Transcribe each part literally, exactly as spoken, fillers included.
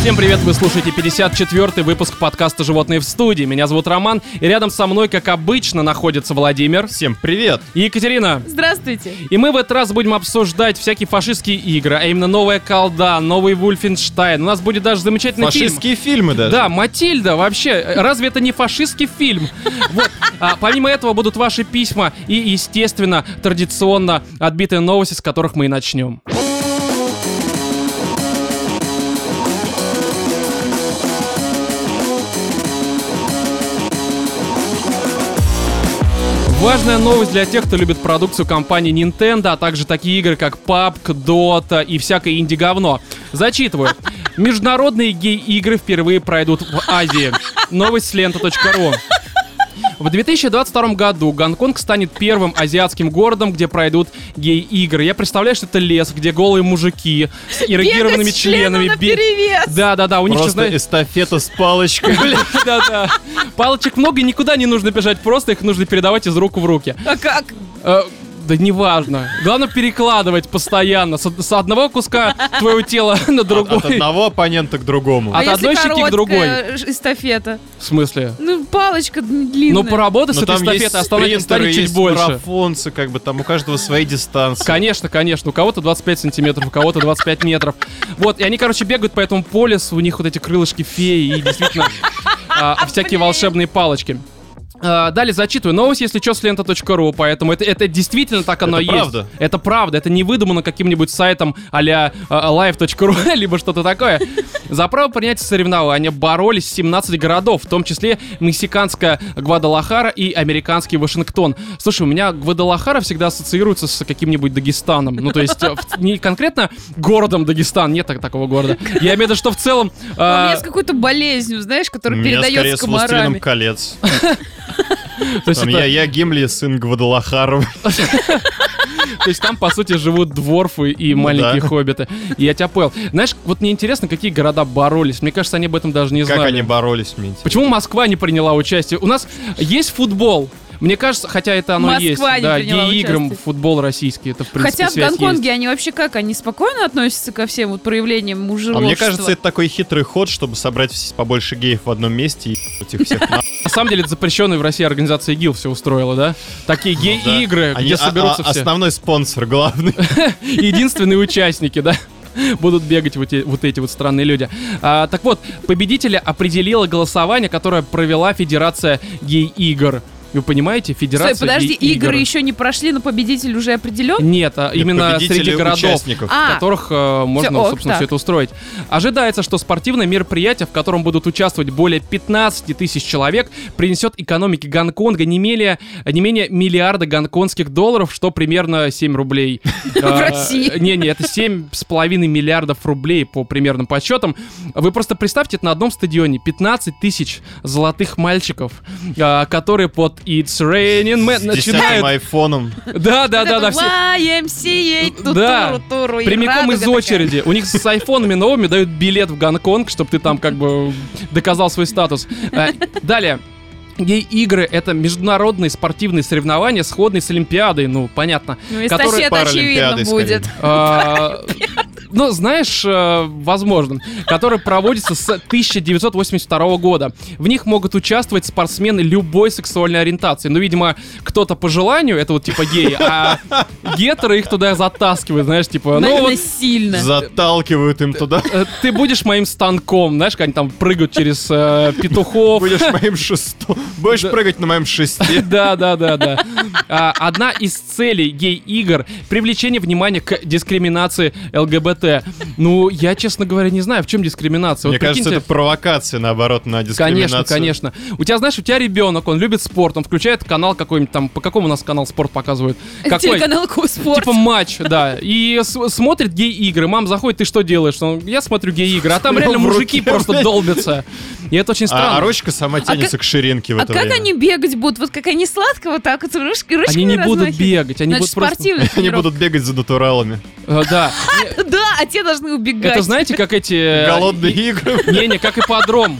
Всем привет, вы слушаете пятьдесят четвёртый выпуск подкаста «Животные в студии». Меня зовут Роман, и рядом со мной, как обычно, находится Владимир. Всем привет. И Екатерина. Здравствуйте. И мы в этот раз будем обсуждать всякие фашистские игры, а именно новая колда, новый Вульфенштайн. У нас будет даже замечательный Фашистские фильм. фильмы даже. Да, Матильда, вообще, разве это не фашистский фильм? Вот. А, помимо этого будут ваши письма и, естественно, традиционно отбитые новости, с которых мы и начнем. Важная новость для тех, кто любит продукцию компании Nintendo, а также такие игры, как пабг, Dota и всякое инди-говно. Зачитываю. Международные гей-игры впервые пройдут в Азии. Новость с лента точка ру. В две тысячи двадцать втором году Гонконг станет первым азиатским городом, где пройдут гей-игры. Я представляю, что это лес, где голые мужики с эрегированными Бегать членами. наперевес. Да-да-да, у них Просто еще, знаешь... эстафета с палочкой. Да-да. Палочек много, и никуда не нужно бежать, просто их нужно передавать из рук в руки. А как? Э, Да неважно. Главное перекладывать постоянно с, с одного куска твоего тела на другой. От одного оппонента к другому. А От а одной если щеки к другой. короткая ж- эстафета? В смысле? Ну, палочка длинная. Ну, поработай с Но этой там есть эстафетой, остальное спринтеры, станет чуть есть больше. марафонцы, как бы там у каждого свои дистанции. Конечно, конечно. У кого-то двадцать пять сантиметров, у кого-то двадцать пять метров. Вот, и они, короче, бегают по этому полюсу, у них вот эти крылышки феи и действительно а, всякие волшебные палочки. А, далее зачитываю. Новость, если что, с лента точка ру, поэтому это, это действительно так оно Это есть. правда. Это правда. Это не выдумано каким-нибудь сайтом а-ля лайв точка ру, либо что-то такое. За право принятия соревнования боролись семнадцать городов, в том числе мексиканская Гвадалахара и американский Вашингтон. Слушай, у меня Гвадалахара всегда ассоциируется с каким-нибудь Дагестаном. Ну, то есть, э, в- не конкретно городом Дагестан, нет так- такого города. Я имею в виду, что в целом... У меня э, с какой-то болезнью, знаешь, У которая меня скорее передается с «Властелином комарами. колец». то есть Там это- я, я Гимли, сын Гвадалахаров. То есть там, по сути, живут дворфы и Ну маленькие да. хоббиты. И я тебя понял. Знаешь, вот мне интересно, какие города боролись. Мне кажется, они об этом даже не Как знали. они боролись, мне интересно. Почему Москва не приняла участие? У нас есть футбол. Мне кажется, хотя это оно Москва есть. не Да, приняла гей-играм участие. футбол российский. Это, в принципе, Хотя в связь Гонконге есть. они вообще как? Они спокойно относятся ко всем вот проявлениям А мужеложества? мне кажется, это такой хитрый ход, чтобы собрать вс- побольше геев в одном месте и этих всех на- На самом деле, это запрещенная в России организация ИГИЛ все устроила, да? Такие Да. гей-игры, Они- где а- соберутся а- все. Основной спонсор, главный. Единственные участники, да? Будут бегать вот, эти- вот эти вот странные люди. А, так вот, победителя определило голосование, которое провела Федерация гей-игр. Вы понимаете? Федерация Стой, подожди, гей-игр. игры еще не прошли, но победитель уже определен? Нет, а именно Победители среди городов, участников. в А, которых э, можно, ок, собственно, так. все это устроить. Ожидается, что спортивное мероприятие, в котором будут участвовать более пятнадцать тысяч человек, принесет экономике Гонконга не менее, не менее миллиарда гонконгских долларов, что примерно семь рублей. В России. Не-не, это семь с половиной миллиардов рублей по примерным подсчетам. Вы просто представьте, это на одном стадионе пятнадцать тысяч золотых мальчиков, э, которые под It's Raining Man С десятым начинают... айфоном. Да-да-да-да, все... уай эм си эй, ту-туру, Да, туру, и прямиком радуга из такая. очереди. У них с айфонами новыми дают билет в Гонконг, чтобы ты там как бы доказал свой статус. А, Далее. Гей-игры — это международные спортивные соревнования, сходные с Олимпиадой, ну, понятно. Ну, которые эстафета, очевидно, Паралимпиады, будет. А, Ну, знаешь, э, возможно, которые проводятся с тысяча девятьсот восемьдесят второго года. В них могут участвовать спортсмены любой сексуальной ориентации. Ну, видимо, кто-то по желанию, это вот типа геи, а гетеры их туда затаскивают, знаешь, типа, ну Наверное, вот сильно. Заталкивают им туда. э, ты будешь моим станком, знаешь, как они там прыгают через э, петухов. Будешь моим шестом. Будешь прыгать на моем шесте. Да, да, да, да. А, одна из целей гей-игр — привлечение внимания к дискриминации ЛГБТ. Ну, я, честно говоря, не знаю, в чем дискриминация. Мне Вот кажется, прикиньте- это провокация, наоборот, на дискриминацию. Конечно, конечно. У тебя, знаешь, у тебя ребенок, он любит спорт, он включает канал какой-нибудь там, по какому у нас канал спорт показывают? Какой? Телеканал Куспорт. Типа матч, да. И с- смотрит гей-игры. Мам заходит, ты что делаешь? Он, я смотрю гей-игры, а там реально В мужики руке, просто блядь. долбятся. И это очень странно. А, а ручка сама тянется к ширинке в А это как время. они бегать будут? Вот как они сладко вот так вот ручки, ручки Они не будут бегать, они Значит, будут просто... спортивная Они тренировка. будут бегать за натуралами. Э, Да. Да, а те должны убегать. Это знаете, как эти... Голодные игры. Не-не, как ипподром.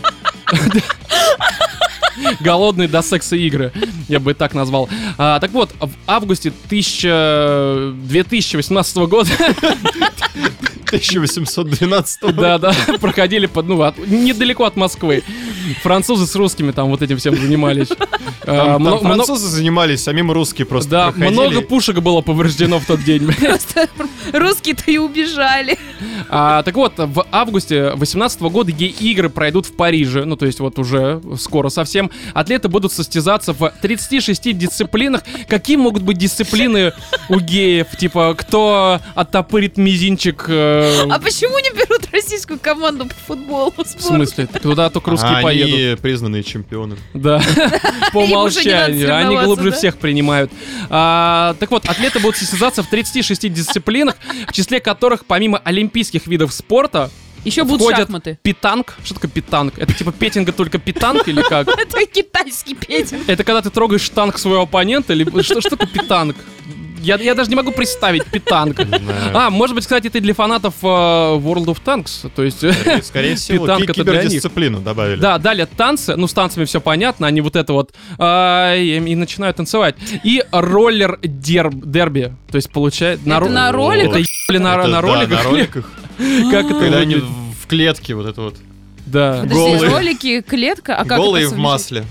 Голодные до секса игры, я бы так назвал. А, так вот, в августе тысяча... две тысячи восемнадцатого года тысяча восемьсот двенадцатого. Да-да, проходили под, ну, от- недалеко от Москвы. Французы с русскими там вот этим всем занимались. А, Там, мно- там мно- французы занимались, самим русские просто Да, проходили. много пушек было повреждено в тот день. Просто русские-то и убежали. А, так вот, в августе восемнадцатого года гей-игры пройдут в Париже, ну то есть вот уже скоро совсем. Атлеты будут состязаться в тридцати шести дисциплинах. Какие могут быть дисциплины у геев? Типа, кто оттопырит мизинчик? э, А почему не берут российскую команду по футболу? В смысле? Туда только русские А поедут. они признанные чемпионы. Да, по Им уже не надо умолчанию. Они соревноваться, глубже да? всех принимают. А, так вот, атлеты будут состязаться в тридцати шести дисциплинах, в числе которых, помимо олимпийских видов спорта, Еще будут входят шахматы. питанг. Что такое питанг? Это типа петинга, только питанг или как? Это китайский Петя. Это когда ты трогаешь штанг своего оппонента или что, что такое питанг? Я, я даже не могу представить питанг. Не знаю. А, может быть, кстати, это для фанатов э, World of Tanks. То есть, Скорее- Скорее всего, питанг ки- это для них. кибердисциплину добавили. да, далее танцы. Ну, с танцами все понятно. Они вот это вот а, и, и начинают танцевать. И роллер дерб, дерби. То есть, получает... Это на роликах? Это ебли на, Это, на да, роликах. на роликах. Как это Когда они выглядит? в в клетке, вот это вот. Да. Подожди, Голые. ролики, клетка, а как Голые это в совмещать? масле.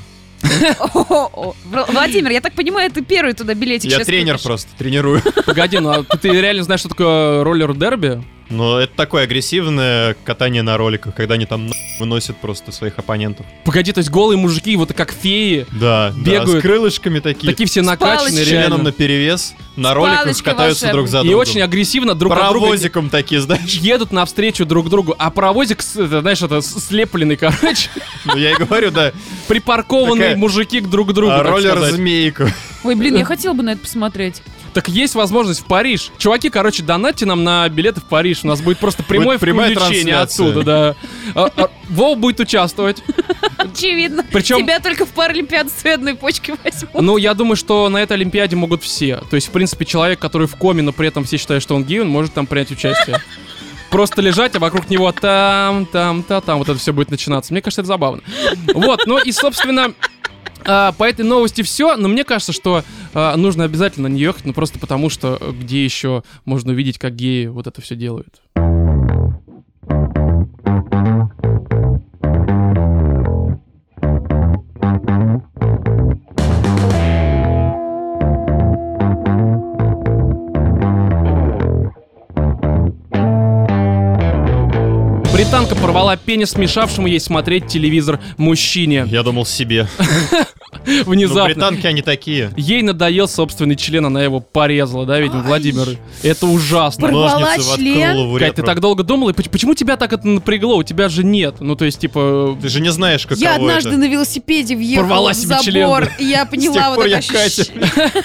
О-о-о. Вр- Владимир, я так понимаю, ты первый туда билетик Я сейчас тренер купишь. просто, тренирую. Погоди, ну а ты реально знаешь, что такое роллер дерби? Но это такое агрессивное катание на роликах, когда они там на- выносят просто своих оппонентов. Погоди, то есть голые мужики, вот как феи, Да, Бегают. да, с крылышками такие, такие все С накачанные, палочкой. членом реально. наперевес, на С роликах палочкой катаются волшебной. друг за И другом. очень агрессивно друг от друга Паровозиком такие, знаешь. едут навстречу друг другу, а паровозик, с- это, знаешь, это с- слепленный, короче, Ну, я и говорю, да. припаркованные Такая, мужики к друг другу, А, так сказать. роллер-змейка. Ой, блин, я хотела бы на это посмотреть. Так есть возможность в Париж. Чуваки, короче, донатьте нам на билеты в Париж. У нас будет просто прямое Будет прямая включение трансляция. оттуда, да. А, а, Вов будет участвовать. Очевидно. Причем- Тебя только в Паралимпиаду одной почки возьмут. Ну, я думаю, что на этой Олимпиаде могут все. То есть, в принципе, человек, который в коме, но при этом все считают, что он гей, он может там принять участие. Просто лежать, а вокруг него там, там, та, там. Вот это все будет начинаться. Мне кажется, это забавно. Вот, ну и, собственно, а, по этой новости все. Но мне кажется, что а, нужно обязательно на нее ехать, ну просто потому, что э, где еще можно увидеть, как геи вот это все делают. Британка порвала пенис мешавшему ей смотреть телевизор мужчине. Я думал себе. Ну, Внезапно. британки, они такие. Ей надоел собственный член, она его порезала, да, видимо, Владимир? Это ужасно. Порвала Ножницы член? воткнула в Кать, ты уретру. так долго думала, и поч- почему тебя так это напрягло? У тебя же нет. Ну, то есть, типа... Ты же не знаешь, каково Я однажды это. на велосипеде въехала Порвала в себе забор, член. и я С поняла тех вот пор это я ощущение. Катя.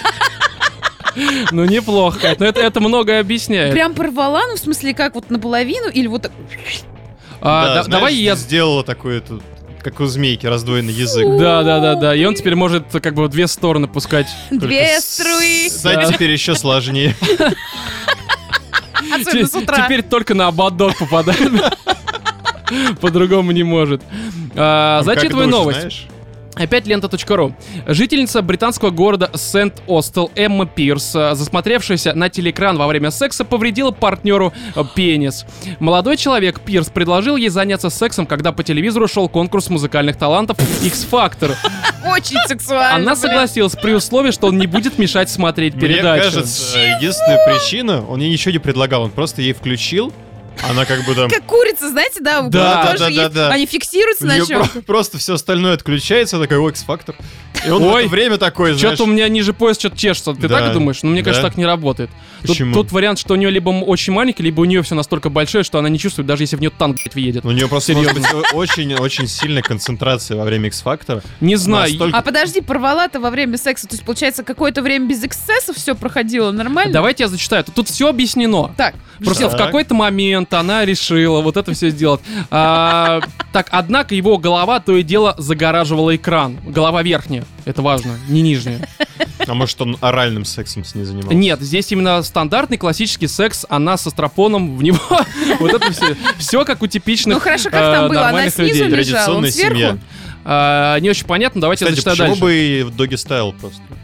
Ну, неплохо, Кать. Но это, это многое объясняет. Прям порвала, ну, в смысле, как вот наполовину, или вот так... А, Да, да- знаешь, давай я... сделала такой, это, как у змейки, раздвоенный язык. Да, да, да, да. И он теперь может как бы в две стороны пускать. Две Только с- струи. Сзади Да. теперь еще сложнее. Особенно с Те- утра. Теперь только на ободок попадает. По-другому не может. А, Там как Зачитываю душ, новость. знаешь? Опять лента точка ру. Жительница британского города Сент-Остел Эмма Пирс, а, засмотревшаяся на телеэкран во время секса, повредила партнеру а, пенис. Молодой человек Пирс предложил ей заняться сексом, когда по телевизору шел конкурс музыкальных талантов X-Factor. Очень сексуально. Она блин. согласилась при условии, что он не будет мешать смотреть Мне передачу. кажется, единственная причина, он ей ничего не предлагал, он просто ей включил, она как бы там... Как курица, знаете, да? у Да, куриц да, тоже да, есть. да. Они фиксируются У на неё чем? про- просто все остальное отключается, она такая, о, X-Factor. И он в Ой, это время такой, знаешь... Что-то у меня ниже пояса что-то чешется. Ты Да, так думаешь? Ну, мне кажется, да. так не работает. Тут, Почему? тут вариант, что у нее либо м- очень маленький, либо у нее все настолько большое, что она не чувствует, даже если в нее танк блядь, въедет. У нее просто может быть Серьезно. очень-очень сильная концентрация во время X-Factor. Не знаю. Настолько- А подожди, порвала-то во время секса, то есть, получается, какое-то время без эксцессов все проходило нормально? Давайте я зачитаю. Тут, тут все объяснено. Так, Просто Так. в какой-то момент она решила вот это все сделать. А, так, однако его голова то и дело загораживала экран. Голова верхняя. Это важно, не нижняя. А может, он оральным сексом с ней занимался? Нет, здесь именно стандартный классический секс, она со стропоном в него. Вот это все. Все как у типичных ну хорошо, как э, там было? Она нормальных снизу людей. лежала, он Традиционная сверху? семья. А, Не очень понятно, давайте я Кстати, зачитаю почему дальше. бы и в доги стайл просто?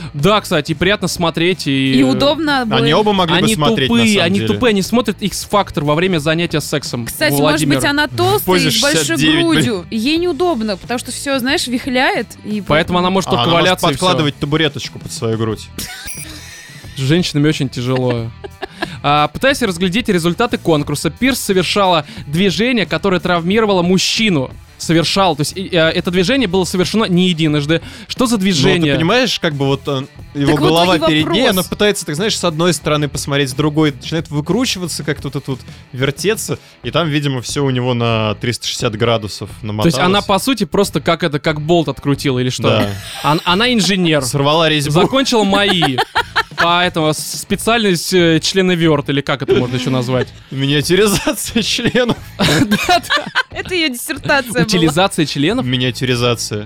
Да, кстати, и приятно смотреть. И, И удобно было. Они оба могли бы Они смотреть, на тупые, самом они деле. тупые, они смотрят X-Factor во время занятия сексом. Кстати, у может быть, Владимира. она толстая позе и с большой шестьдесят девять, грудью. Ей неудобно, потому что все, знаешь, вихляет. И Поэтому она может А только она может валяться и всё. подкладывать табуреточку под свою грудь. С женщинами очень тяжело. А, пытаясь разглядеть результаты конкурса, Пирс совершала движение, которое травмировало мужчину. Совершал, то есть и, а, это движение было совершено не единожды. Что за Ну, движение? ты понимаешь, как бы вот он, его Так вот голова и перед ней, вопрос. она пытается, так знаешь, с одной стороны посмотреть, с другой начинает выкручиваться, как-то тут, тут вертеться, и там, видимо, все у него на триста шестьдесят градусов То намоталось. есть она, по сути, просто как это, как болт открутила или что? Да. Ан- она инженер. Сорвала резьбу. Закончила МАИ. Поэтому с- специальность э, членоверт, или как это можно еще назвать? Миниатюризация членов. Это ее диссертация была. Утилизация членов? Миниатюризация.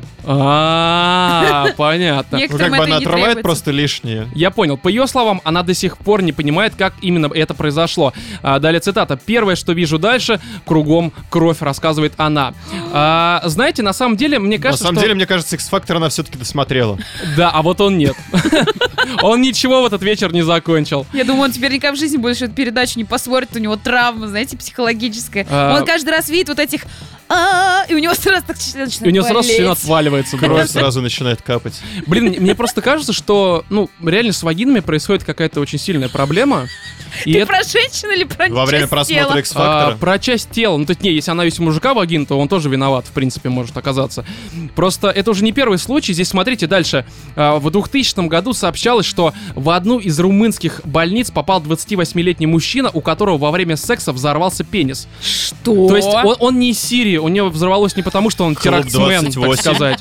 А, понятно. Ну, Некоторым как бы это и она не отрывает требуется. просто лишнее. Я понял. По ее словам, она до сих пор не понимает, как именно это произошло. А, далее цитата. «Первое, что вижу дальше, кругом кровь», рассказывает она. А, знаете, на самом деле, мне На кажется, самом что... деле, мне кажется, X-Factor она все-таки досмотрела. Да, а вот он нет. Он ничего в этот вечер не закончил. Я думаю, он теперь никак в жизни больше эту передачу не посмотрит, у него травма, знаете, психологическая. А. Он каждый раз видит вот этих «а», и у него сразу так член И начинает у него сразу болеть. член отваливается. Кровь просто. сразу начинает капать. Блин, мне просто кажется, что, ну, реально с вагинами происходит какая-то очень сильная проблема. И Ты это- про женщин или про Во время часть просмотра тела? А, X-Factor. про часть тела. Ну, то есть, не, если она есть у мужика вагин, то он тоже виноват, в принципе, может оказаться. Просто это уже не первый случай. Здесь, смотрите, дальше. А, в двухтысячном году сообщалось, что в одну из румынских больниц попал двадцативосьмилетний мужчина, у которого во время секса взорвался пенис. Что? То есть он, он не из Сирии, у него взорвалось не потому, что он Клуб терактсмен, так двадцать восемь. сказать.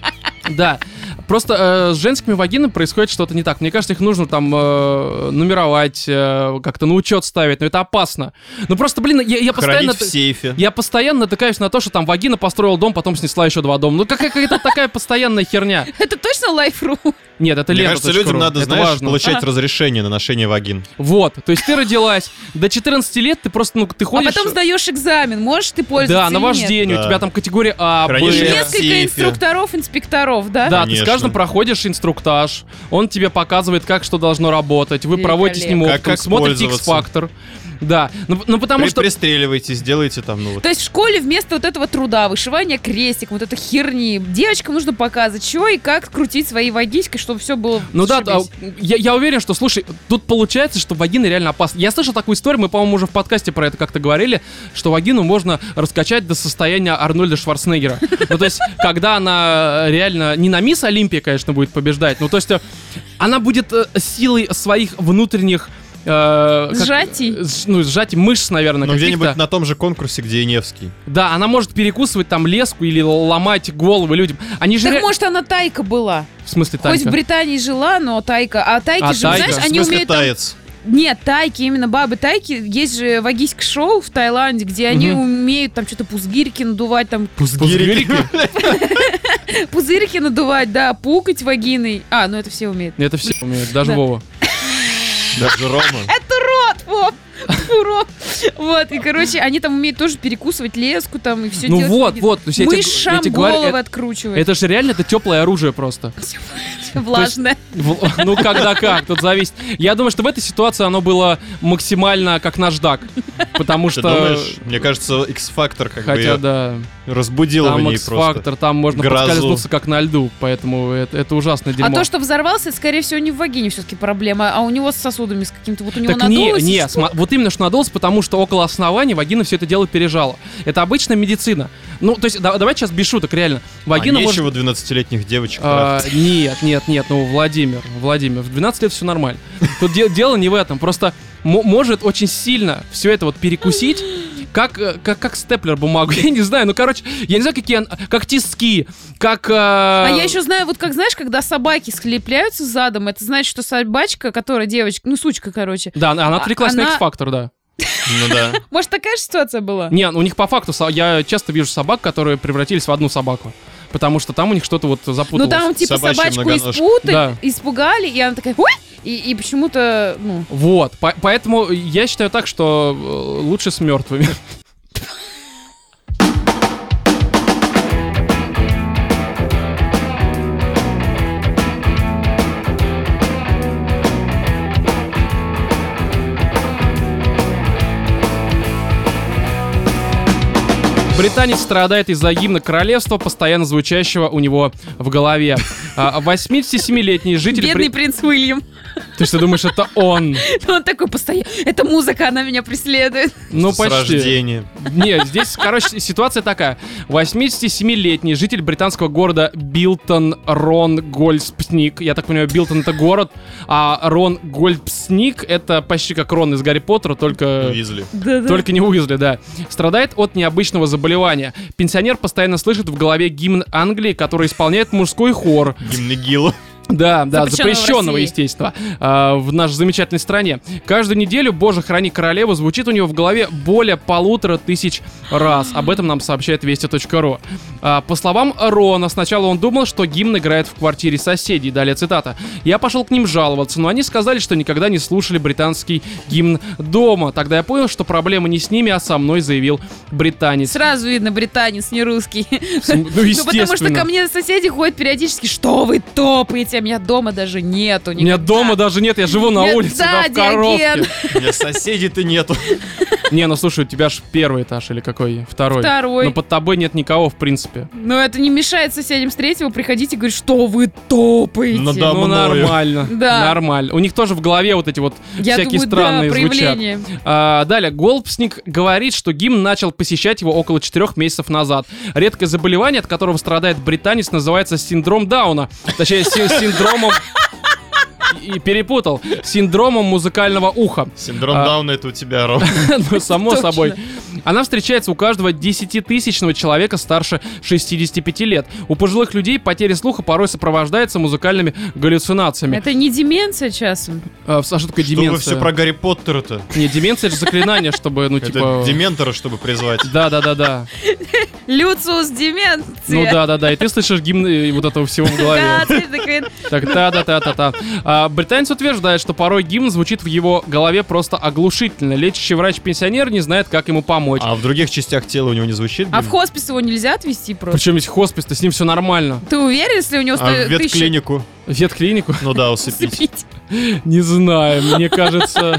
Да. Просто э, с женскими вагинами происходит что-то не так. Мне кажется, их нужно там э, нумеровать, э, как-то на учет ставить, но это опасно. Ну просто, блин, я, я постоянно... Хранить в сейфе. Я постоянно натыкаюсь на то, что там вагина построил дом, потом снесла еще два дома. Ну какая- какая-то такая постоянная херня. Это точно Life.ru? Нет, это Мне лента кажется, точка людям ру. надо, Это знаешь, важно. получать разрешение на ношение вагин. Вот, то есть ты родилась, до четырнадцати лет ты просто, ну, ты А ходишь... потом сдаешь экзамен, можешь ты пользоваться Да, или на нет? вождение, Да. у тебя там категория А, Б. Хранишь И в несколько сейфе. инструкторов, инспекторов, да? Да, ты с Конечно. каждым проходишь инструктаж, он тебе показывает, как что должно работать, вы проводите с ним Как- опыт, как смотрите пользоваться. X-Factor. Да, ну, ну потому При- что... Пристреливайте, сделайте там, ну вот. То есть в школе вместо вот этого труда, вышивания крестиком, вот этой херни, девочкам нужно показывать, что и как крутить своей вагиськой, чтобы все было Ну да, да, зашибись. я, я уверен, что, слушай, тут получается, что вагина реально опасна. Я слышал такую историю, мы, по-моему, уже в подкасте про это как-то говорили, что вагину можно раскачать до состояния Арнольда Шварценеггера. Ну, то есть, когда она реально не на мисс Олимпия, конечно, будет побеждать, ну, то есть, э, она будет э, силой своих внутренних... э, как- Сжатий. э, с- ну, сжатий мышц, наверное, Ну, каких-то. где-нибудь на том же конкурсе, где и Невский. Да, она может перекусывать там леску или ломать головы людям. Они же... Так ре- может она тайка была? В смысле, Хоть в Танька? Британии жила, но тайка. А тайки А же, тайка? знаешь, В они смысле умеют там- таец? Нет, тайки, именно бабы тайки. Есть же вагийское шоу в Таиланде, где они Мгм. умеют там что-то пузгирики надувать, там Пузырики? пузырики надувать, да, пукать вагиной. А, ну это все умеют. Это все умеют, даже Да. Вова. Даже Рома. Это рот, Вов! Фу, Ром. Вот, и, короче, они там умеют тоже перекусывать леску там и все Ну делать. вот, вагиной. вот. То есть я тебе- я Мышам тебе говорю, головы это- откручивать. Это же реально, это теплое оружие просто. Влажное. В- Ну, когда как, тут зависит. Я думаю, что в этой ситуации оно было максимально как наждак. Потому Ты что... думаешь? Мне кажется, X-Factor как бы Хотя, её да, разбудил в там ней просто. X-фактор, там можно Грозу. подскользнуться как на льду, поэтому это, это ужасное А дерьмо. то, что взорвался, это, скорее всего, не в вагине все-таки проблема, а у него с сосудами, с каким-то. Вот у него Так не, надулось. не, и что? сма- вот именно что надулось, потому что около основания вагина все это дело пережала. Это обычная медицина. Ну, то есть, да- давайте сейчас без шуток, реально. Вагина а может... нечего двенадцатилетних девочек А, трахать. нет, нет, нет, ну, Владимир, Владимир, в двенадцать лет все нормально. Тут де- дело не в этом, просто мо- может очень сильно все это вот перекусить, как, э, как, как степлер бумагу, я не знаю, ну, короче, я не знаю, какие, ан- как тиски, как... э, А я еще знаю, вот как, знаешь, когда собаки склепляются задом, это значит, что собачка, которая девочка, ну, сучка, короче. Да, она отвлеклась на она- X-фактор, да. Ну да. Может, такая же ситуация была? Не, у них по факту, со- я часто вижу собак, которые превратились в одну собаку, потому что там у них что-то вот Ну, запуталось. там, типа, Собачья собачку многоножка. испутали, Да. испугали, и она такая, ой! И, и почему-то, ну... Вот, по- поэтому я считаю так, что э, лучше с мертвыми. Британец страдает из-за гимна королевства, постоянно звучащего у него в голове. А, восьмидесятисемилетний житель... Бедный Бри- принц Уильям. Ты что, думаешь, это он? Он такой постоянно... Эта музыка, она меня преследует. Ну, С почти. рождения. Нет, здесь, короче, ситуация такая. восьмидесятисемилетний житель британского города Билтон Рон Гольспсник. Я так понимаю, Билтон — это город, а Рон Гольспсник — это почти как Рон из Гарри Поттера, только... Уизли. Да-да. Только не Уизли, да. Страдает от необычного заболевания. Пенсионер постоянно слышит в голове гимн Англии, который исполняет мужской хор. Гимн ИГИЛа. Да, да, Запрещенного в запрещенного, России. естественно, а, в нашей замечательной стране. Каждую неделю «Боже, храни королеву» звучит у него в голове более полутора тысяч раз. Об этом нам сообщает вести точка ру. А, по словам Рона, сначала он думал, что гимн играет в квартире соседей. Далее цитата. «Я пошел к ним жаловаться, но они сказали, что никогда не слушали британский гимн дома. Тогда я понял, что проблема не с ними, а со мной», заявил британец. Сразу видно, британец, не русский. Ну, Ну, естественно. потому что ко мне соседи ходят периодически, что вы топаете, а меня дома даже нету. У меня никогда. дома даже нет, я живу на Нет, улице, да, да, в коробке. Диоген. У меня соседей-то нету. Не, ну слушай, у тебя же первый этаж или какой? Второй. Второй. Но под тобой нет никого, в принципе. Но это не мешает соседям с третьего приходить и говорить, что вы топаете. Ну да. Ну, мною. нормально. Да. Нормально. У них тоже в голове вот эти вот Я всякие думаю, странные да, звучат. проявление. А, далее, Голбсник говорит, что гимн начал посещать его около четырех месяцев назад. Редкое заболевание, от которого страдает британец, называется синдром Дауна. Точнее, си- синдромом... И перепутал. Синдромом музыкального уха. Синдром А. Дауна — это у тебя, Ром. Ну, само Точно. собой. Она встречается у каждого десятитысячного человека старше шестидесяти пяти лет. У пожилых людей потеря слуха порой сопровождается музыкальными галлюцинациями. Это не деменция часом? А, а что такое Что вы деменция? все про Гарри Поттера-то? Не, деменция — это же заклинание, чтобы, ну, Это типа... дементора, чтобы призвать. Да-да-да-да. Люциус деменция. Ну да-да-да. И ты слышишь гимн э, вот этого всего в голове. Да, ты такой, Так, та-та-та-та-та. А, британец утверждает, что порой гимн звучит в его голове просто оглушительно. Лечащий врач-пенсионер не знает, как ему помочь. А в других частях тела у него не звучит а гимн? в хоспис его нельзя отвезти просто? Причем есть хоспис, то с ним все нормально. Ты уверен, если у него А в стоит тысяча... ветклинику? В ветклинику? Ну да, усыпить. Усыпить. Не знаю, мне кажется...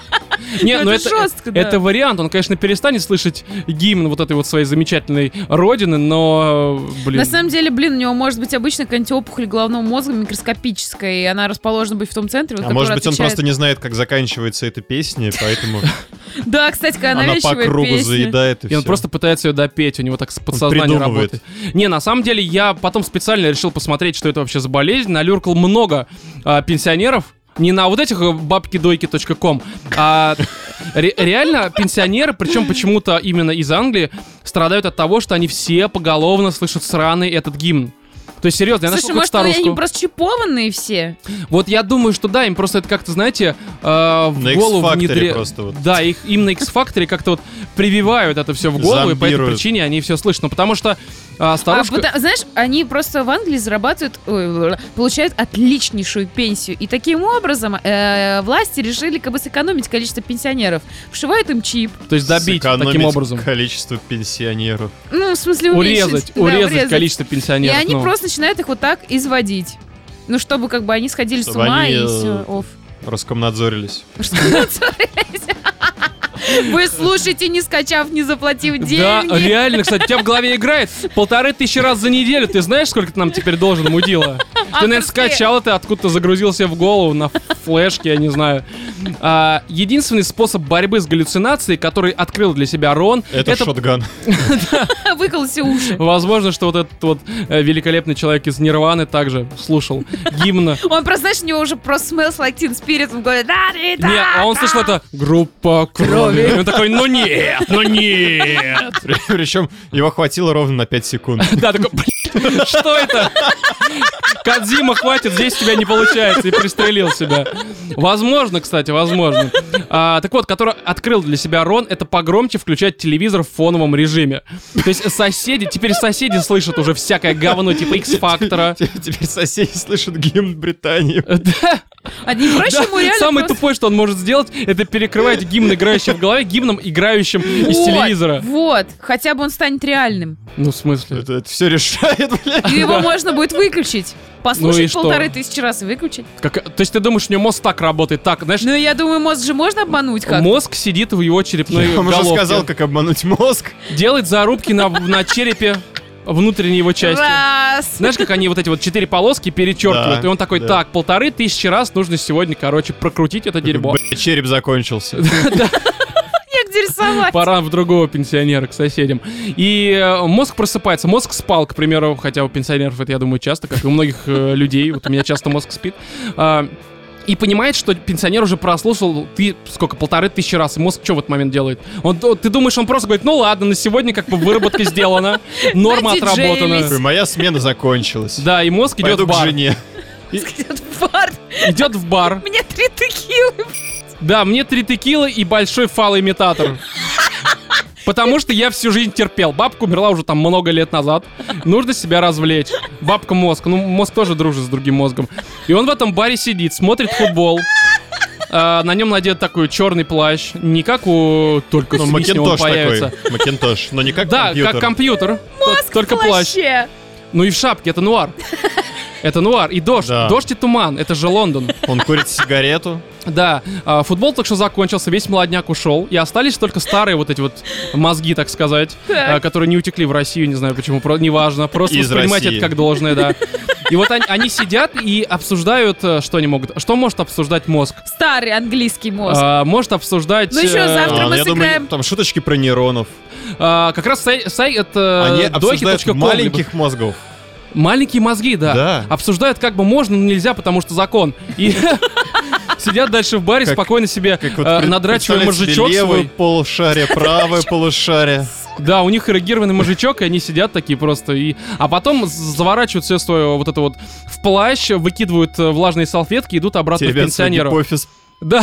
Нет, Ну, ну это это, жестко, да. это вариант. Он, конечно, перестанет слышать гимн вот этой вот своей замечательной родины, но, блин... На самом деле, блин, у него может быть обычно какая-нибудь опухоль головного мозга микроскопическая, и она расположена быть в том центре, вот, А который может быть, он отвечает- просто не знает, как заканчивается эта песня, поэтому Да, кстати, какая она по навязчивая кругу песня. заедает и И он всё. просто пытается ее допеть, у него так с подсознания придумывает. работает. Не, на самом деле, я потом специально решил посмотреть, что это вообще за болезнь. Налюркал много а, пенсионеров. Не на вот этих бабкидойки точка ком, а ре- реально пенсионеры, причем почему-то именно из Англии, страдают от того, что они все поголовно слышат сраный этот гимн. То есть, серьезно, я Слушай, нашел может, как они старушку. просто чипованные все? Вот я думаю, что да, им просто это как-то, знаете, э, в На голову X-Factor внедре- просто вот. Да, их им на X-Factor как-то вот прививают это все в голову, и по этой Зомбируют. причине они все слышат. Ну, потому что а, старушка... А, пота- знаешь, они просто в Англии зарабатывают, ой, получают отличнейшую пенсию. И таким образом э, власти решили как бы сэкономить количество пенсионеров. Вшивают им чип. То есть добить Сэкономить таким образом. количество пенсионеров. Ну, в смысле, уменьшить. Урезать, Да, урезать количество И пенсионеров. они ну. просто начинают их вот так изводить. Ну, чтобы как бы они сходили Чтобы с ума они, и э, все. Роскомнадзорились. Вы слушаете, не скачав, не заплатив деньги. Да, реально, кстати, у тебя в голове играет полторы тысячи раз за неделю. Ты знаешь, сколько ты нам теперь должен, мудила? Ты, наверное, Авторские. скачал это, откуда-то загрузил себе в голову на флешке, я не знаю. А, единственный способ борьбы с галлюцинацией, который открыл для себя Рон, Это, шотган. Выколоте уши. возможно, что вот этот вот э, великолепный человек из Нирваны также слушал гимн. Он просто, знаешь, у него уже просто smells like Teen Spirit. Он говорит, да, да, да. Не, а он слышал это «Группа крови». И он такой, ну нет, ну нет. Причем его хватило ровно на пять секунд. Да, такой, блин, что это? Кодзима, хватит, здесь у тебя не получается. И пристрелил себя. Возможно, кстати, возможно. А, так вот, который открыл для себя Рон, это погромче включать телевизор в фоновом режиме. То есть соседи, теперь соседи слышат уже всякое говно, типа X-фактора. Теперь соседи слышат гимн Британии. Да. А не проще ему реально Самое просто- тупое, что он может сделать, это перекрывать гимн, играющий в голове, гимном, играющим из Вот, телевизора. Вот, хотя бы он станет реальным. Ну, в смысле? Это, это все решает, блядь. И его можно будет выключить. Послушать Ну и что? полторы тысячи раз и выключить. Как- то есть ты думаешь, у него мозг так работает? Так, знаешь, Ну, я думаю, мозг же можно обмануть как-то. мозг сидит в его черепной Я вам уже головке. сказал, как обмануть мозг. Делает зарубки на, на черепе внутренней его части. Раз. Знаешь, как они вот эти вот четыре полоски перечеркивают, Да, и он такой, да. так, полторы тысячи раз нужно сегодня, короче, прокрутить это дерьмо. Блядь, череп закончился. Негде рисовать. Пора в другого пенсионера к соседям. И э, мозг просыпается. Мозг спал, к примеру, хотя у пенсионеров это, я думаю, часто, как и у многих э, людей. Вот у меня часто мозг спит. А, и понимает, что пенсионер уже прослушал ты сколько, полторы тысячи раз. И мозг что в этот момент делает? Он, ты думаешь, он просто говорит, ну ладно, на сегодня как бы выработка сделана, норма Надиджейлись. отработана. Такой, моя смена закончилась. Да, и мозг идет Пойду в к бар. жене. Идет в бар. Идет в бар. Мне три текилы. Да, мне три текилы и большой фалоимитатор. Потому что я всю жизнь терпел. Бабка умерла уже там много лет назад. Нужно себя развлечь. Бабка мозг. Ну, мозг тоже дружит с другим мозгом. И он в этом баре сидит, смотрит футбол. А, на нем надет такой черный плащ. Не как у... Только Ну, с вишней он Макинтош появится. такой. Макинтош. Но не как Да, компьютер. как компьютер. Мозг Только в плащ. плаще. Ну и в шапке. Это нуар. Это нуар. И дождь. Да. Дождь и туман. Это же Лондон. Он курит сигарету. Да, а, футбол только что закончился, весь молодняк ушел, и остались только старые вот эти вот мозги, так сказать, Так. а, которые не утекли в Россию, не знаю почему, про- неважно, просто Из воспринимать России. это как должное, да. И вот они, они сидят и обсуждают, э, что они могут, что может обсуждать мозг? Старый английский мозг. А, может обсуждать... Ну еще э, завтра А, мы я думаю, сыграем. там шуточки про нейронов. а, как раз сай- сайт Они э, обсуждают доки точка ком, маленьких мозгов. либо- Маленькие мозги, да. Да. Обсуждают как бы можно, но нельзя, потому что закон. И сидят дальше в баре, Как- спокойно себе Как вот э, пред- надрачивая представляете себе мозжечок левое свой. полушарие, правое полушарие. Да, у них эрегированный мозжечок, и они сидят такие просто. И... А потом заворачивают все свое вот это вот в плащ, выкидывают э, влажные салфетки и идут обратно Те к ребята свой пенсионеру. гипофиз. Да.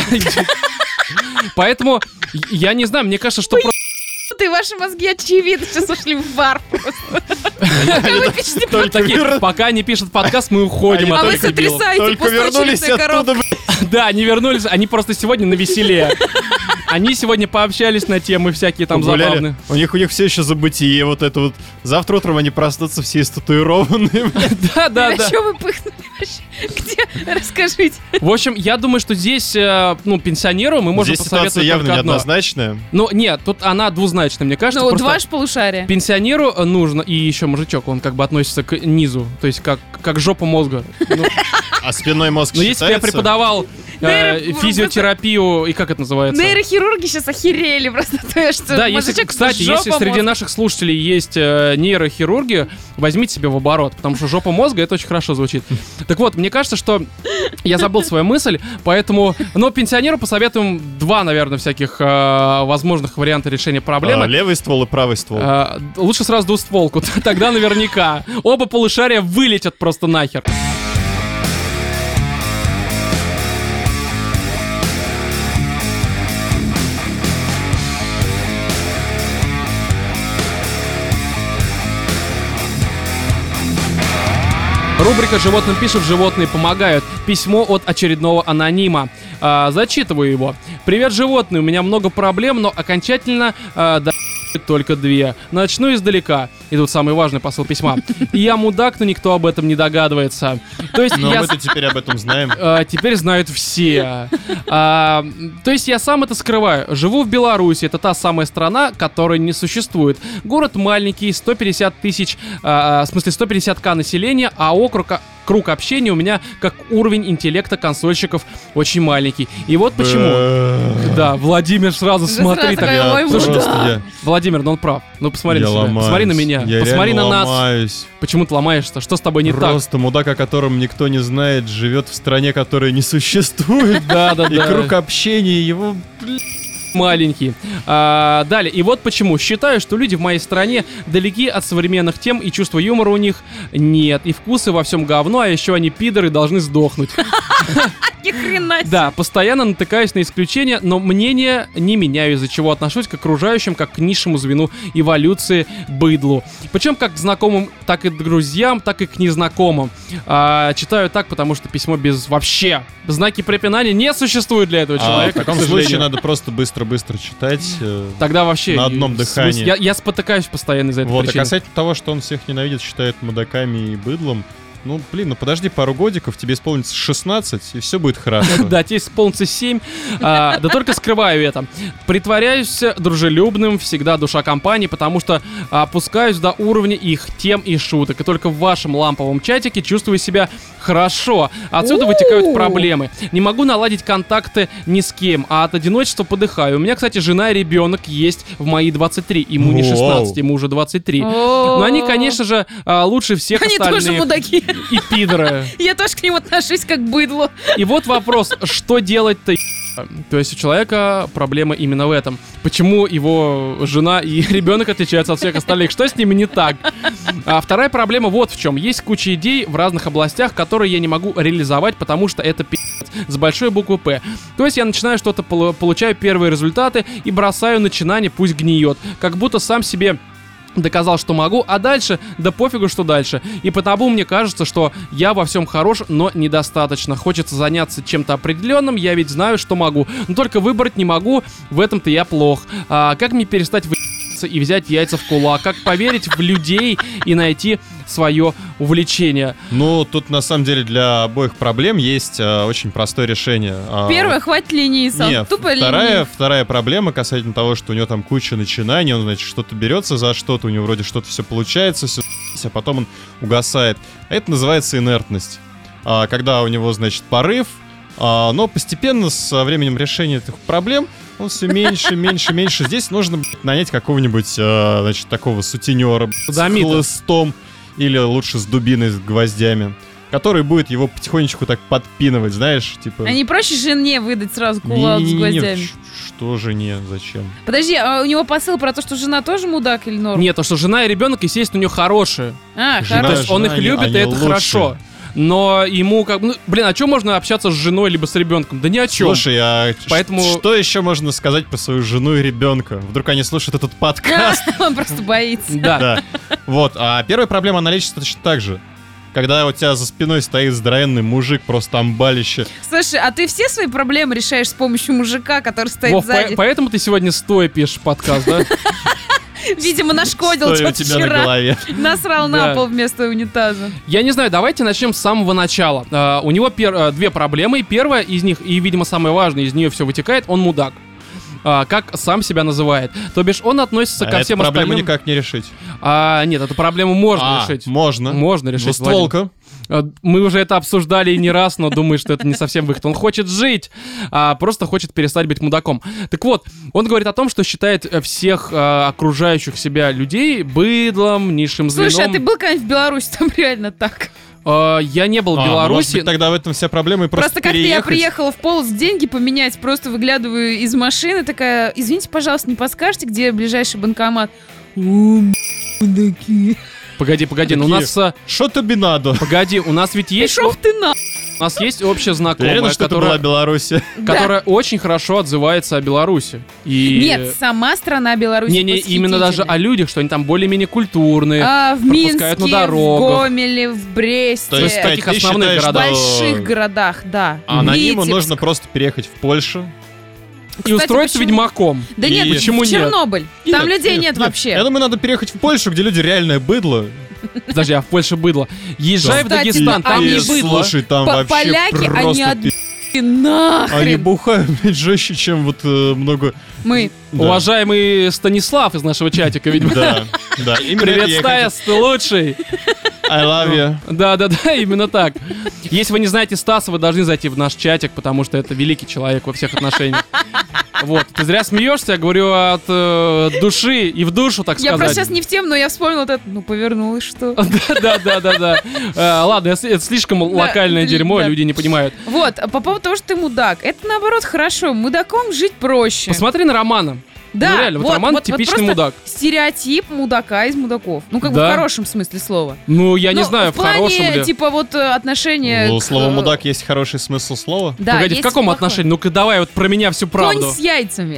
Поэтому я не знаю, мне кажется, что просто... Ты, ваши мозги очевидно сейчас ушли в бар просто. Пока вы пишете Только Такие, вер- пока не пишет подкаст, мы уходим Они А от вы этих дебилов. сотрясаете Только вернулись пустой оттуда, коробку. блядь. Да, они вернулись, они просто сегодня на веселе. Они сегодня пообщались на темы всякие там Погуляли. забавные. У них у них все еще забытие вот это вот. Завтра утром они проснутся все истатуированные. блядь. Да, да, А да. что вы пыхнули вообще? Где? Расскажите. В общем, я думаю, что здесь, э, ну, пенсионеру мы можем Здесь ситуация посоветовать явно только одно. неоднозначная. Ну, нет, тут она двузначная, мне кажется. Ну, просто два ж полушария. Пенсионеру э, нужно, и еще мужичок, он как бы относится к низу, то есть как, как жопа мозга. Ну, А спинной мозг ну, если бы я считается? преподавал э, Нейро- физиотерапию, и как это называется? Нейрохирурги сейчас охерели просто. То, что Да, если, мозжечок кстати, жопа если среди мозга. наших слушателей есть э, нейрохирурги, возьмите себе в оборот, потому что жопа мозга, это очень хорошо звучит. Так вот, мне кажется, что я забыл свою мысль, поэтому, но пенсионеру посоветуем два, наверное, всяких э, возможных варианта решения А, проблемы. левый ствол и правый ствол. Э, лучше сразу двустволку, тогда наверняка. Оба полушария вылетят просто нахер. Рубрика «Животным пишут, животные помогают». Письмо от очередного анонима. А, зачитываю его. «Привет, животные. У меня много проблем, но окончательно а, да, только две. Начну издалека». И тут самый важный посыл письма. «Я мудак, но никто об этом не догадывается». То есть Но я... мы-то теперь об этом знаем. А, теперь знают все. А, то есть я сам это скрываю. Живу в Беларуси. Это та самая страна, которая не существует. Город маленький, сто пятьдесят тысяч, а, в смысле сто пятьдесят тысяч населения, а округ, круг общения у меня как уровень интеллекта консольщиков очень маленький. И вот почему. Да, Владимир сразу Да смотри сразу так. такая, Я ой, Слушай, мудак. просто я- Владимир, ну он прав. Ну посмотри я на себя. ломаюсь. Посмотри на меня. Я Посмотри на реально нас. ломаюсь. Почему ты ломаешься? Что с тобой не так? Просто мудак, о котором никто не знает, живет в стране, которая не существует. Да, да, И да. круг общения его... Маленький. А, далее. И вот почему. Считаю, что люди в моей стране далеки от современных тем, и чувства юмора у них нет. И вкусы во всем говно, а еще они пидоры должны сдохнуть. Ни хрена себе. Да, постоянно натыкаюсь на исключения, но мнение не меняю, из-за чего отношусь к окружающим как к низшему звену эволюции быдлу. Причем как к знакомым, так и к друзьям, так и к незнакомым. А, читаю так, потому что письмо без вообще знаки препинания не существует для этого А, человека. в таком к сожалению. случае надо просто быстро-быстро читать. э, Тогда вообще... на одном э, дыхании. смысл- Я, я спотыкаюсь постоянно из-за этой Вот, а причины. касательно того, что он всех ненавидит, считает мудаками и быдлом, ну, блин, ну подожди пару годиков, тебе исполнится шестнадцать, и все будет хорошо. Да, тебе исполнится семь. А, да только скрываю это. Притворяюсь дружелюбным, всегда душа компании, потому что опускаюсь до уровня их тем и шуток. И только в вашем ламповом чатике чувствую себя хорошо. Отсюда вытекают проблемы. Не могу наладить контакты ни с кем, а от одиночества подыхаю. У меня, кстати, жена и ребенок есть в мои двадцать три. Ему не шестнадцать, ему уже двадцать три. Но они, конечно же, а, лучше всех Они тоже остальных. мудаки. И пидоры. Я тоже к ним отношусь как к быдлу. И вот вопрос, что делать-то? То есть у человека проблема именно в этом. Почему его жена и ребенок отличаются от всех остальных? Что с ними не так? А вторая проблема вот в чем. Есть куча идей в разных областях, которые я не могу реализовать, потому что это пи***ц с большой буквы «П». То есть я начинаю что-то, полу- получаю первые результаты и бросаю начинание, пусть гниет. Как будто сам себе доказал, что могу, а дальше, да пофигу, что дальше. И потому мне кажется, что я во всем хорош, но недостаточно. Хочется заняться чем-то определенным, я ведь знаю, что могу. Но только выбрать не могу, в этом-то я плох. А как мне перестать вы***ться и взять яйца в кулак? Как поверить в людей и найти свое увлечение? Ну, тут на самом деле для обоих проблем есть э, очень простое решение. А, Первое, хватит лениться. Не, Тупо вторая, ленив. вторая проблема касательно того, что у него там куча начинаний, он, значит, что-то берется за что-то, у него вроде что-то все получается, все, а потом он угасает. Это называется инертность. А, когда у него, значит, порыв, а, но постепенно со временем решения этих проблем он все меньше, меньше, меньше. Здесь нужно, блядь, нанять какого-нибудь, а, значит, такого сутенера блядь, с Садомита. хлыстом или лучше с дубиной, с гвоздями, который будет его потихонечку так подпинывать, знаешь, типа... А не проще жене выдать сразу кулак с Не-не-не, гвоздями? ш- Что же не, зачем? Подожди, а у него посыл про то, что жена тоже мудак или норм? Нет, то, что жена и ребенок, естественно, у него хорошие. А, Жена- То хорошо. есть он их они- любит, они и это лучше. хорошо. Но ему как бы... Ну, блин, а что можно общаться с женой либо с ребенком? Да ни о чем. Слушай, а ш- Поэтому- что еще можно сказать про свою жену и ребенка? Вдруг они слушают этот подкаст? Он просто боится. Да. Да. Вот, а первая проблема, она лечится точно так же. Когда у тебя за спиной стоит здоровенный мужик, просто амбалище. Слушай, а ты все свои проблемы решаешь с помощью мужика, который стоит Вов, по- сзади? поэтому ты сегодня стоя пишешь подкаст, да? Видимо, нашкодил Стоя у что-то тебя на вчера. голове. Насрал Да. на пол вместо унитаза. Я не знаю, давайте начнем с самого начала. А, у него пер- а, две проблемы, и первая из них, и, видимо, самая важная, из нее все вытекает, он мудак. А, как сам себя называет. То бишь он относится А ко эту всем проблему остальным... никак не решить. А, нет, эту проблему можно А, решить. Можно. Можно решить, Двустволка. А, Мы уже это обсуждали и не раз, но думаю, что это не совсем выход. Он хочет жить, а просто хочет перестать быть мудаком. Так вот, он говорит о том, что считает э, всех э, окружающих себя людей быдлом, низшим звеном. Слушай, а ты был когда-нибудь в Беларуси? Там реально так. Э, я не был в А, ну, может Беларуси. быть, тогда в этом вся проблема и просто, Просто как-то я переехать. приехала в полос деньги поменять, просто выглядываю из машины, такая, извините, пожалуйста, не подскажете, где ближайший банкомат? О, мудаки. Погоди, погоди, ну у Такие, нас... э, Что тебе надо? Погоди, у нас ведь есть... Пошел ты на... У нас есть общая Ты знакомая, уверена, что это была которая, Беларусь? которая очень хорошо отзывается о Беларуси. И... Нет, сама страна Беларусь Не-не, именно даже о людях, что они там более-менее культурные. А, в пропускают Минске, на в дорогах. Гомеле, в Бресте. То есть, в таких ты основных считаешь, в городах. больших городах, да. Анониму Витебск. нужно просто переехать в Польшу. И Кстати, устроиться почему? ведьмаком. Да И- нет, Почему в нет? Чернобыль. Там Нет, людей нет, нет. вообще. Я думаю, надо переехать в Польшу, где люди реальное быдло. Подожди, а в Польше быдло. Езжай в Кстати, Дагестан, да, там они- не И, быдло. слушай, там По- вообще поляки, просто они пи***. отб***ы нахрен. Они бухают, блядь, жестче, чем вот э, много... Мы. Да. Уважаемый Станислав из нашего чатика, видимо. Да, да. Именно это Привет, я и Стас, ты лучший. хотел. I love you. Да-да-да, именно так. Если вы не знаете Стаса, вы должны зайти в наш чатик, потому что это великий человек во всех отношениях. Вот, ты зря смеешься, я говорю от э, души и в душу, так Я просто сказать. сейчас не в тему, но я вспомнила вот это. Ну, повернулась, что. Да-да-да-да. Э, Ладно, это это слишком локальное да, дерьмо, да. люди не понимают. Вот, а по поводу того, что ты мудак. Это, наоборот, хорошо. Мудаком жить проще. Посмотри на Романа. Да, Ну реально, вот, вот, Роман вот, вот типичный просто мудак. Стереотип мудака из мудаков. Ну, как бы Да. в хорошем смысле слова. Ну, я не Ну, знаю, в в хорошем плане, ли. типа, вот э, отношения... У к, слова э, «мудак» есть хороший смысл слова? Да, Погоди, в есть каком плохой. отношении? Ну-ка давай вот про меня всю Конь правду. с яйцами.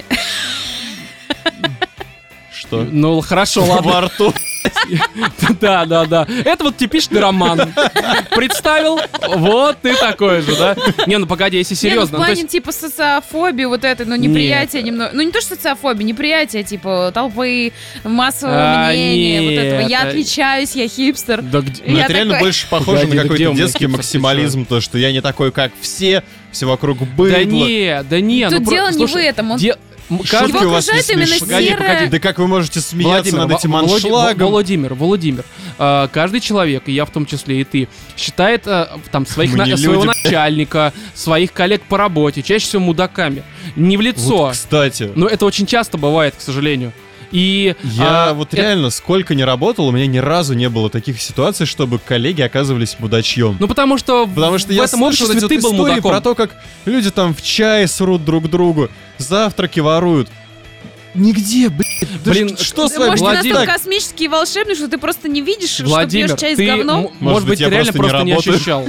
Что? Ну, хорошо, ладно. Во рту. Да, да, да. Это вот типичный роман. Представил? Вот ты такой же, да? Не, ну погоди, если Не, ну, в серьезно. ну, то плане, есть- типа, социофобии, вот это, ну, неприятие немного. Ну, не то, что социофобия, неприятие, типа, толпы, массового А, мнения, вот этого. Я нет. отличаюсь, я хипстер. Да где- Ну, Я это реально такой- больше похоже Погоди, на да где какой-то у меня детский хипстер максимализм, то, что я не такой, как все, все вокруг быдло. Да не, да не. Тут ну, про- дело не слушай, в этом, он- де- м, каждый- Его Шутки у вас не окружает именно смешные. Погоди, серая... погоди. Да как вы можете смеяться над Владимир, этим Во- Володи- аншлагом? Владимир, Владимир, а, каждый человек, и я в том числе, и ты, считает а, там своих Мы на- не своего люди. начальника, своих коллег по работе, чаще всего мудаками. Не в лицо. Вот, кстати, Но это очень часто бывает, к сожалению. И я а, вот это- реально сколько не работал, у меня ни разу не было таких ситуаций, чтобы коллеги оказывались мудачьем. Ну потому что Потому что в я этом слышал обществе эти вот ты был истории мудаком. про то, как люди там в чае срут друг другу, завтраки воруют. Нигде, блин. Да Блин, ш- что с Ты, вами? может, ты Владимир. настолько космический и волшебный, что ты просто не видишь, Владимир, что пьешь чай ты, с говном? м- Может может быть, быть, я реально просто не просто не работаю. ощущал.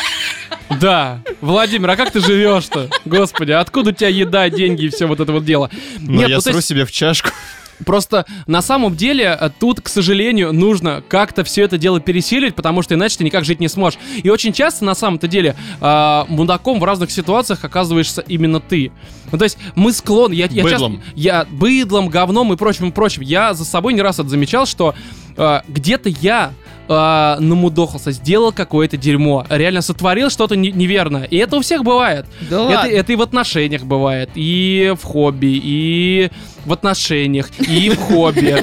Да, Владимир, а как ты живешь-то? Господи, откуда у тебя еда, деньги и все вот это вот дело? Но я ну, то сру есть себе в чашку. просто на самом деле э, тут, к сожалению, нужно как-то все это дело пересиливать, потому что иначе ты никак жить не сможешь. И очень часто, на самом-то деле, э, мудаком в разных ситуациях оказываешься именно ты. Ну, то есть мы склонны... Я, я Быдлом. часто- я быдлом, говном и прочим, и прочим. Я за собой не раз это замечал, что э, где-то я э, намудохался, сделал какое-то дерьмо, реально сотворил что-то не- неверное. И это у всех бывает. Да Это, ладно. это и в отношениях бывает, и в хобби, и в отношениях, и в хобби,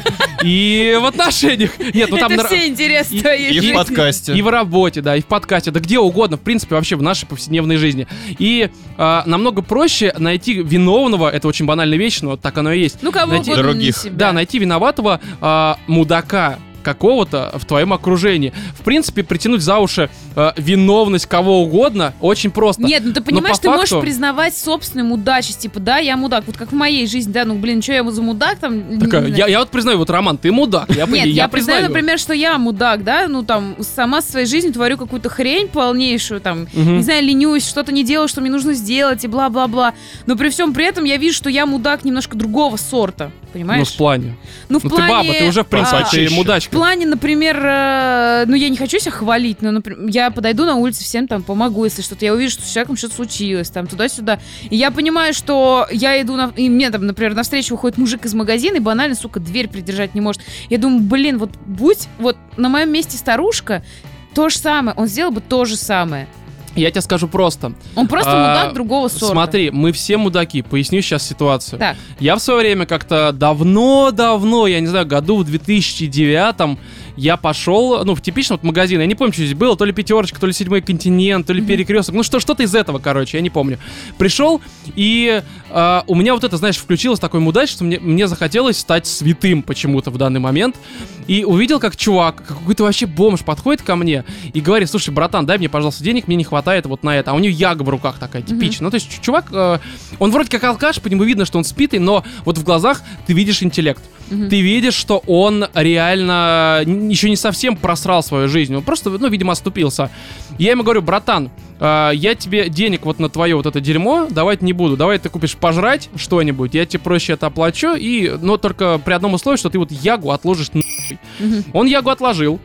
и в отношениях. Нет, ну там... Это на- все интересы и- твоей И в жизни. подкасте. и в работе, да, и в подкасте, да где угодно, в принципе, вообще в нашей повседневной жизни. И а, намного проще найти виновного, это очень банальная вещь, но так оно и есть. Ну, кого Найти- угодно, не других. себя. Да, найти виноватого а, мудака какого-то в твоем окружении. В принципе, притянуть за уши а, виновность кого угодно очень просто. Нет, ну ты понимаешь, по ты можешь факту- признавать собственную мудачесть. Типа, да, я мудак. Вот как в моей жизни, да, ну, блин, что я за мудак там? Такая, не я, знаю. я вот признаю, вот, Роман, ты мудак. Я, Нет, я, я, признаю, признаю, например, что я мудак, да, ну там сама в своей жизни творю какую-то хрень полнейшую, там, Мгм. не знаю, ленюсь, что-то не делаю, что мне нужно сделать и бла-бла-бла. Но при всем при этом я вижу, что я мудак немножко другого сорта, Ну, понимаешь? в плане. Ну, в Ну, плане... ты баба, ты уже, в принципе, а, почище. ты В мудачка. плане, например, э, ну я не хочу себя хвалить, но, например, я подойду на улице, всем там помогу, если что-то, я увижу, что с человеком что-то случилось, там, туда-сюда. И я понимаю, что я иду, на, и мне там, например, навстречу выходит мужик из магазина и банально, сука, дверь придержать не может. Я думаю, блин, вот будь вот на моем месте старушка, то же самое, он сделал бы то же самое. Я тебе скажу просто. Он просто А, мудак другого сорта. Смотри, мы все мудаки. Поясню сейчас ситуацию. Так, Я в свое время как-то давно-давно, я не знаю, году в две тысячи девятом, я пошел, ну, в типичный вот магазин, я не помню, что здесь было, то ли пятерочка, то ли седьмой континент, то ли перекресток, ну, что, что-то из этого, короче, я не помню. Пришел, и а, у меня вот это, знаешь, включилось такой мудач, что мне, мне захотелось стать святым почему-то в данный момент, и увидел, как чувак, как какой-то вообще бомж подходит ко мне и говорит: слушай, братан, дай мне, пожалуйста, денег, мне не хватает вот на это. А у него яга в руках такая, типичная. Ну, то есть ч- чувак, э, он вроде как алкаш, по нему видно, что он спитый, но вот в глазах ты видишь интеллект. Мгм. Ты видишь, что он реально н- еще не совсем просрал свою жизнь. Он просто, ну, видимо, оступился. Я ему говорю: братан, э, я тебе денег вот на твое вот это дерьмо давать не буду. Давай ты купишь пожрать что-нибудь, я тебе проще это оплачу, и, но только при одном условии, что ты вот ягу отложишь нахуй. Мгм. Он ягу отложил.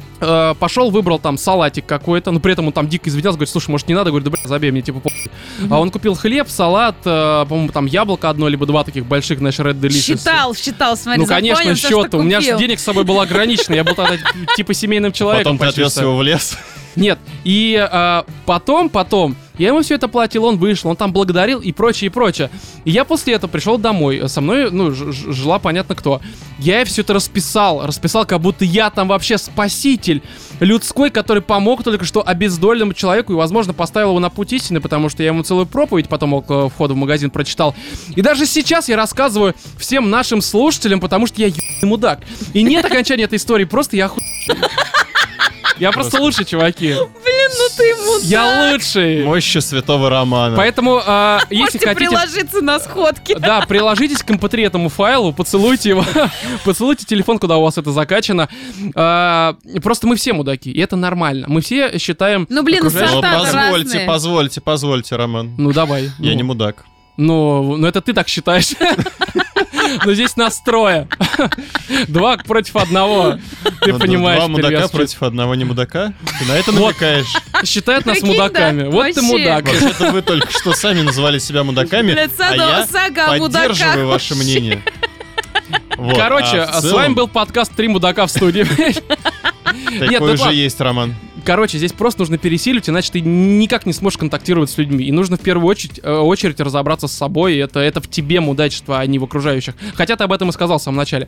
э, Пошел, выбрал там салатик какой-то, но при этом он там дико извинялся, говорит: слушай, может, не надо? Говорит: да, бля, забей, мне типа похуй. А он купил хлеб, салат, э, по-моему, там яблоко одно, либо два таких больших, знаешь, Red Delicious. Считал, считал, смотри, Ну, конечно, запомнил всё, счет. что У меня же купил. денег с собой было ограничено. Я был тогда типа семейным человеком. Потом ты почти отвез что. его в лес. Нет. И а, потом, потом, я ему все это платил, он вышел, он там благодарил и прочее, и прочее. И я после этого пришел домой. Со мной, ну, ж- ж- жила понятно кто. Я ей все это расписал. Расписал, как будто я там вообще спаситель людской, который помог только что обездоленному человеку и, возможно, поставил его на путь истины, потому что я ему целую проповедь потом около входа в магазин прочитал. И даже сейчас я рассказываю всем нашим слушателям, потому что я ебаный мудак. И нет окончания этой истории, просто я оху... Я просто лучше, чуваки. Блин, Ну ты мудак. Я лучший. Мощи святого Романа. Поэтому, э, если Можете хотите... приложиться на сходки. Да, приложитесь к эм пэ три этому файлу, поцелуйте его, поцелуйте телефон, куда у вас это закачано. А, просто мы все мудаки, и это нормально. Мы все считаем... Ну, блин, окружающих- сорта Ну, позвольте, разные. позвольте, позвольте, Роман. Ну, давай. Я ну, не мудак. Ну, ну, это ты так считаешь. Но здесь нас трое. Два против одного. Ты Ну, понимаешь, Два мудака перевес чувств. против одного не мудака? Ты на это Вот. намекаешь? Считают нас Прикинь, мудаками. да? Вот ты Вообще. мудак. Вообще-то вы только что сами называли себя мудаками, Блядь, а сага- я сага о поддерживаю мудаках ваше мнение. Вот, Короче, а в с целом вами был подкаст «Три мудака в студии». Такой Нет, ну уже ладно. есть, Роман. Короче, здесь просто нужно пересиливать, иначе ты никак не сможешь контактировать с людьми. И нужно в первую очередь, э, очередь разобраться с собой. И это, это в тебе мудачество, а не в окружающих. Хотя ты об этом и сказал в самом начале.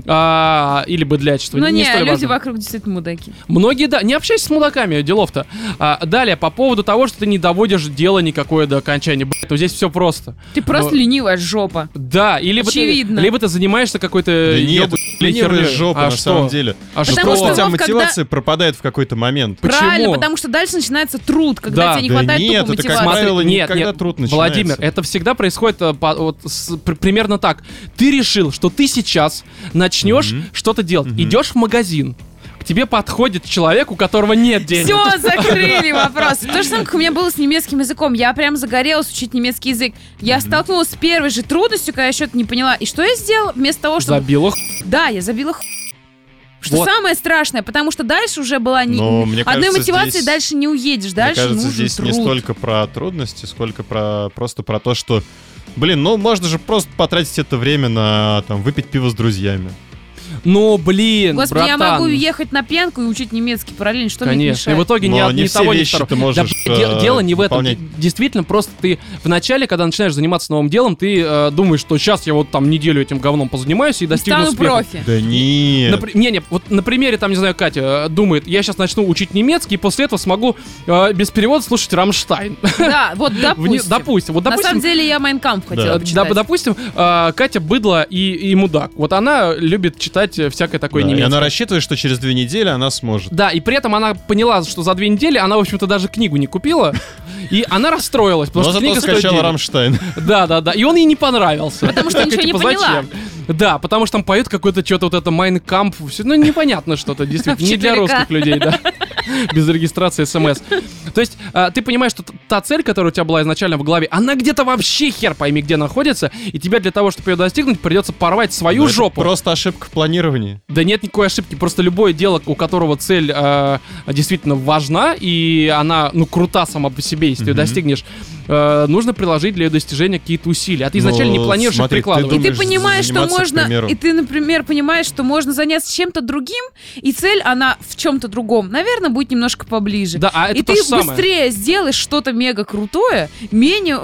А, или быдлячество. Ну не, столь люди важно. вокруг действительно мудаки. Многие, да. Не общайся с мудаками, делов-то. А, далее, по поводу того, что ты не доводишь дело никакое до окончания. Блядь, ну здесь все просто. Ты просто Но- ленивая жопа. Да, и либо ты, Очевидно. либо ты занимаешься какой-то... Да нет, ёбаной ленивая хернёй. жопа А на что? самом деле. А Ну, что? Потому просто что, у тебя Вов, когда- мотивация пропадает в какой-то момент. Почему? Правильно, потому что дальше начинается труд, когда Да. тебе не Да хватает нет, тупо это как мотивации. правило, нет, никогда нет, труд начинается. Владимир, это всегда происходит э, по- вот с- пр- примерно так. Ты решил, что ты сейчас начнешь Мгм. что-то делать. Мгм. Идешь в магазин. К тебе подходит человек, у которого нет денег. Все, закрыли вопрос. То же самое, как у меня было с немецким языком. Я прям загорелась учить немецкий язык. Я столкнулась с первой же трудностью, когда я что-то не поняла. И что я сделала? Вместо того, чтобы... Забила х- Да, я забила х... Что Вот. самое страшное, потому что дальше уже была не... Но мне одной кажется, мотивации здесь- дальше не уедешь. Мне Дальше кажется, нужен здесь труд. не столько про трудности, сколько про просто про то, что, блин, ну можно же просто потратить это время на там выпить пиво с друзьями. Ну, блин, Господи, я братан. могу ехать на пьянку и учить немецкий параллельно. Что мне Конечно. И мешает? в итоге ни, Но од- не ни все того, ни вещи второго. ты можешь, Да, де- э, дело не в этом. выполнять. Ты- действительно, просто ты в начале, когда начинаешь заниматься новым делом, ты э, думаешь, что сейчас я вот там неделю этим говном позанимаюсь и достигну Стану успеха. профи. Да нет. Напр- Не, не, вот на примере, там, не знаю, Катя э, думает, я сейчас начну учить немецкий, и после этого смогу э, без перевода слушать Рамштайн. Да, вот Вне- допустим. Допустим. Вот, На допустим, самом деле я Майнкамп хотела э, почитать. доп- допустим, э, Катя быдло и, и мудак. Вот она любит читать э, всякое такое Да, и немецкое. она рассчитывает, что через две недели она сможет. Да, и при этом она поняла, что за две недели она, в общем-то, даже книгу не купила. И она расстроилась, потому Но что зато книга стоит скачала денег. Рамштайн. Да, да, да. И он ей не понравился. Потому что Такая, ничего не типа, поняла. зачем? Да, потому что там поют какое-то что-то вот это Майнкамп. Все, ну, непонятно что-то, действительно. В Не для четыре ка. русских людей, да. Без регистрации смс. То есть, а, ты понимаешь, что т- та цель, которая у тебя была изначально в голове, она где-то вообще хер пойми где находится, и тебе для того, чтобы ее достигнуть, придется порвать свою Но это жопу. просто ошибка в планировании. Да нет никакой ошибки, просто любое дело, у которого цель э, действительно важна, и она, ну, крута сама по себе, если ты ее Мгм. достигнешь, э, нужно приложить для ее достижения какие-то усилия. А ты изначально не Ну, планируешь их смотри, ты прикладывать. И ты думаешь, понимаешь, что заниматься, к можно, примеру. и ты, например, понимаешь, что можно заняться чем-то другим, и цель, она в чем-то другом, наверное, будет немножко поближе. Да, а это и то ты же самое. быстрее сделаешь что-то мега крутое, менее...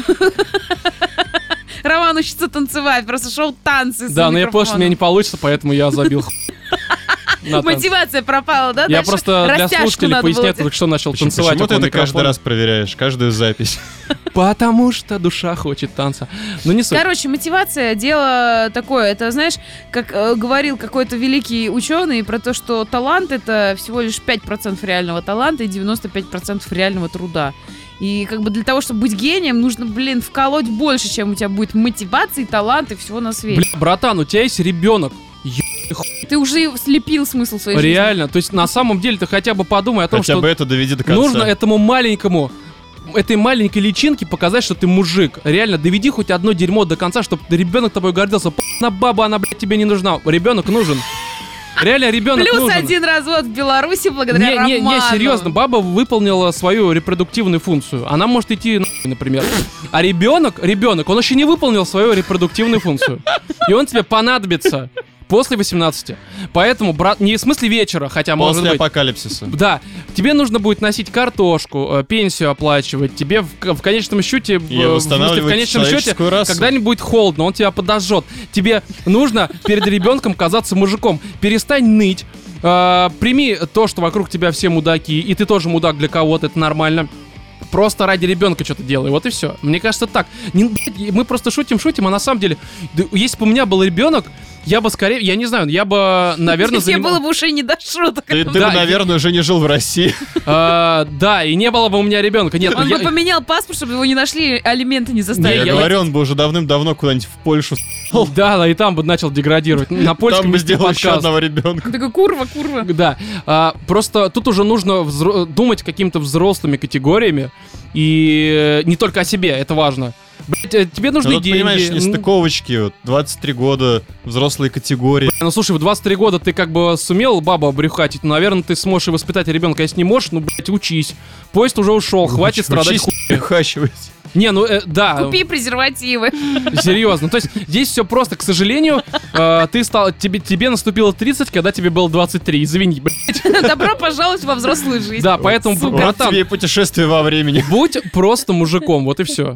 Роман учится танцевать, просто шоу танцы с Да, но я понял, что у меня не микрофоном. получится, поэтому я забил х- на танцы. Мотивация пропала, да? Я Дальше просто для растяжку слушателей надо было поясняю, делать. только что начал Почему, танцевать. почему ты около это каждый микрофона. раз проверяешь, каждую запись? Потому что душа хочет танца. Ну не суть. Короче, мотивация — дело такое. Это, знаешь, как э, говорил какой-то великий ученый про то, что талант — это всего лишь пять процентов реального таланта и девяносто пять процентов реального труда. И как бы для того, чтобы быть гением, нужно, блин, вколоть больше, чем у тебя будет мотивации, талант и всего на свете. Бля, братан, у тебя есть ребенок. Ты уже слепил смысл своей жизни. Реально. То есть на самом деле ты хотя бы подумай о том, Хотя что бы это доведи до конца. нужно этому маленькому, этой маленькой личинке показать, что ты мужик. Реально, доведи хоть одно дерьмо до конца, чтобы ребенок тобой гордился. П*** на баба, она, блядь, тебе не нужна. Ребенок нужен. Реально, ребенок Плюс нужен. один развод в Беларуси благодаря Не, не, не, Роману. серьезно, баба выполнила свою репродуктивную функцию. Она может идти, нахуй, например. А ребенок, ребенок, он еще не выполнил свою репродуктивную функцию. И он тебе понадобится после восемнадцати. Поэтому, брат, не в смысле вечера, хотя может После быть. апокалипсиса. Да, тебе нужно будет носить картошку, э, пенсию оплачивать, тебе в, к- в конечном счете, И э, в смысле, в восстанавливать конечном счете, человеческую расу. когда-нибудь будет холодно, он тебя подожжет. Тебе нужно перед ребенком казаться мужиком. Перестань ныть. э, прими то, что вокруг тебя все мудаки, и ты тоже мудак для кого-то, это нормально. Просто ради ребенка что-то делай, вот и все. Мне кажется, так. Не- мы просто шутим, шутим, а на самом деле, да, если бы у меня был ребенок, Я бы скорее, я не знаю, я бы, наверное, Тебе занимал... было бы уже не до шуток. Ты, ты Да, бы, наверное, уже не жил в России. А, да, и не было бы у меня ребенка. Нет, Он я- бы поменял паспорт, чтобы его не нашли, алименты не Я, заставили. я- говорю, он бы уже давным-давно куда-нибудь в Польшу с***л. Да, да, и там бы начал деградировать. На польском Там бы вести сделал еще подкаст. одного ребенка. Такой, курва, курва. Да, а, просто тут уже нужно взро- думать какими-то взрослыми категориями и э, не только о себе, это важно. Блять, э, тебе нужны Ну, тут, деньги. понимаешь, М, нестыковочки, вот, двадцать три года, взрослые категории. Ну слушай, в двадцать три года ты как бы сумел бабу обрюхатить, ну, наверное, ты сможешь и воспитать ребенка. Если не можешь, ну, блядь, учись. Поезд уже ушел, хватит страдать. Учись, ху- ухащивать. Не, ну э, да. Купи презервативы. Серьезно. То есть здесь все просто. К сожалению, э, ты стал, тебе, тебе наступило тридцать, когда тебе было двадцать три. Извини, блядь. Добро пожаловать во взрослую жизнь. Да, поэтому, Сука. Вот братан, тебе и путешествие во времени. будь просто мужиком, вот и все.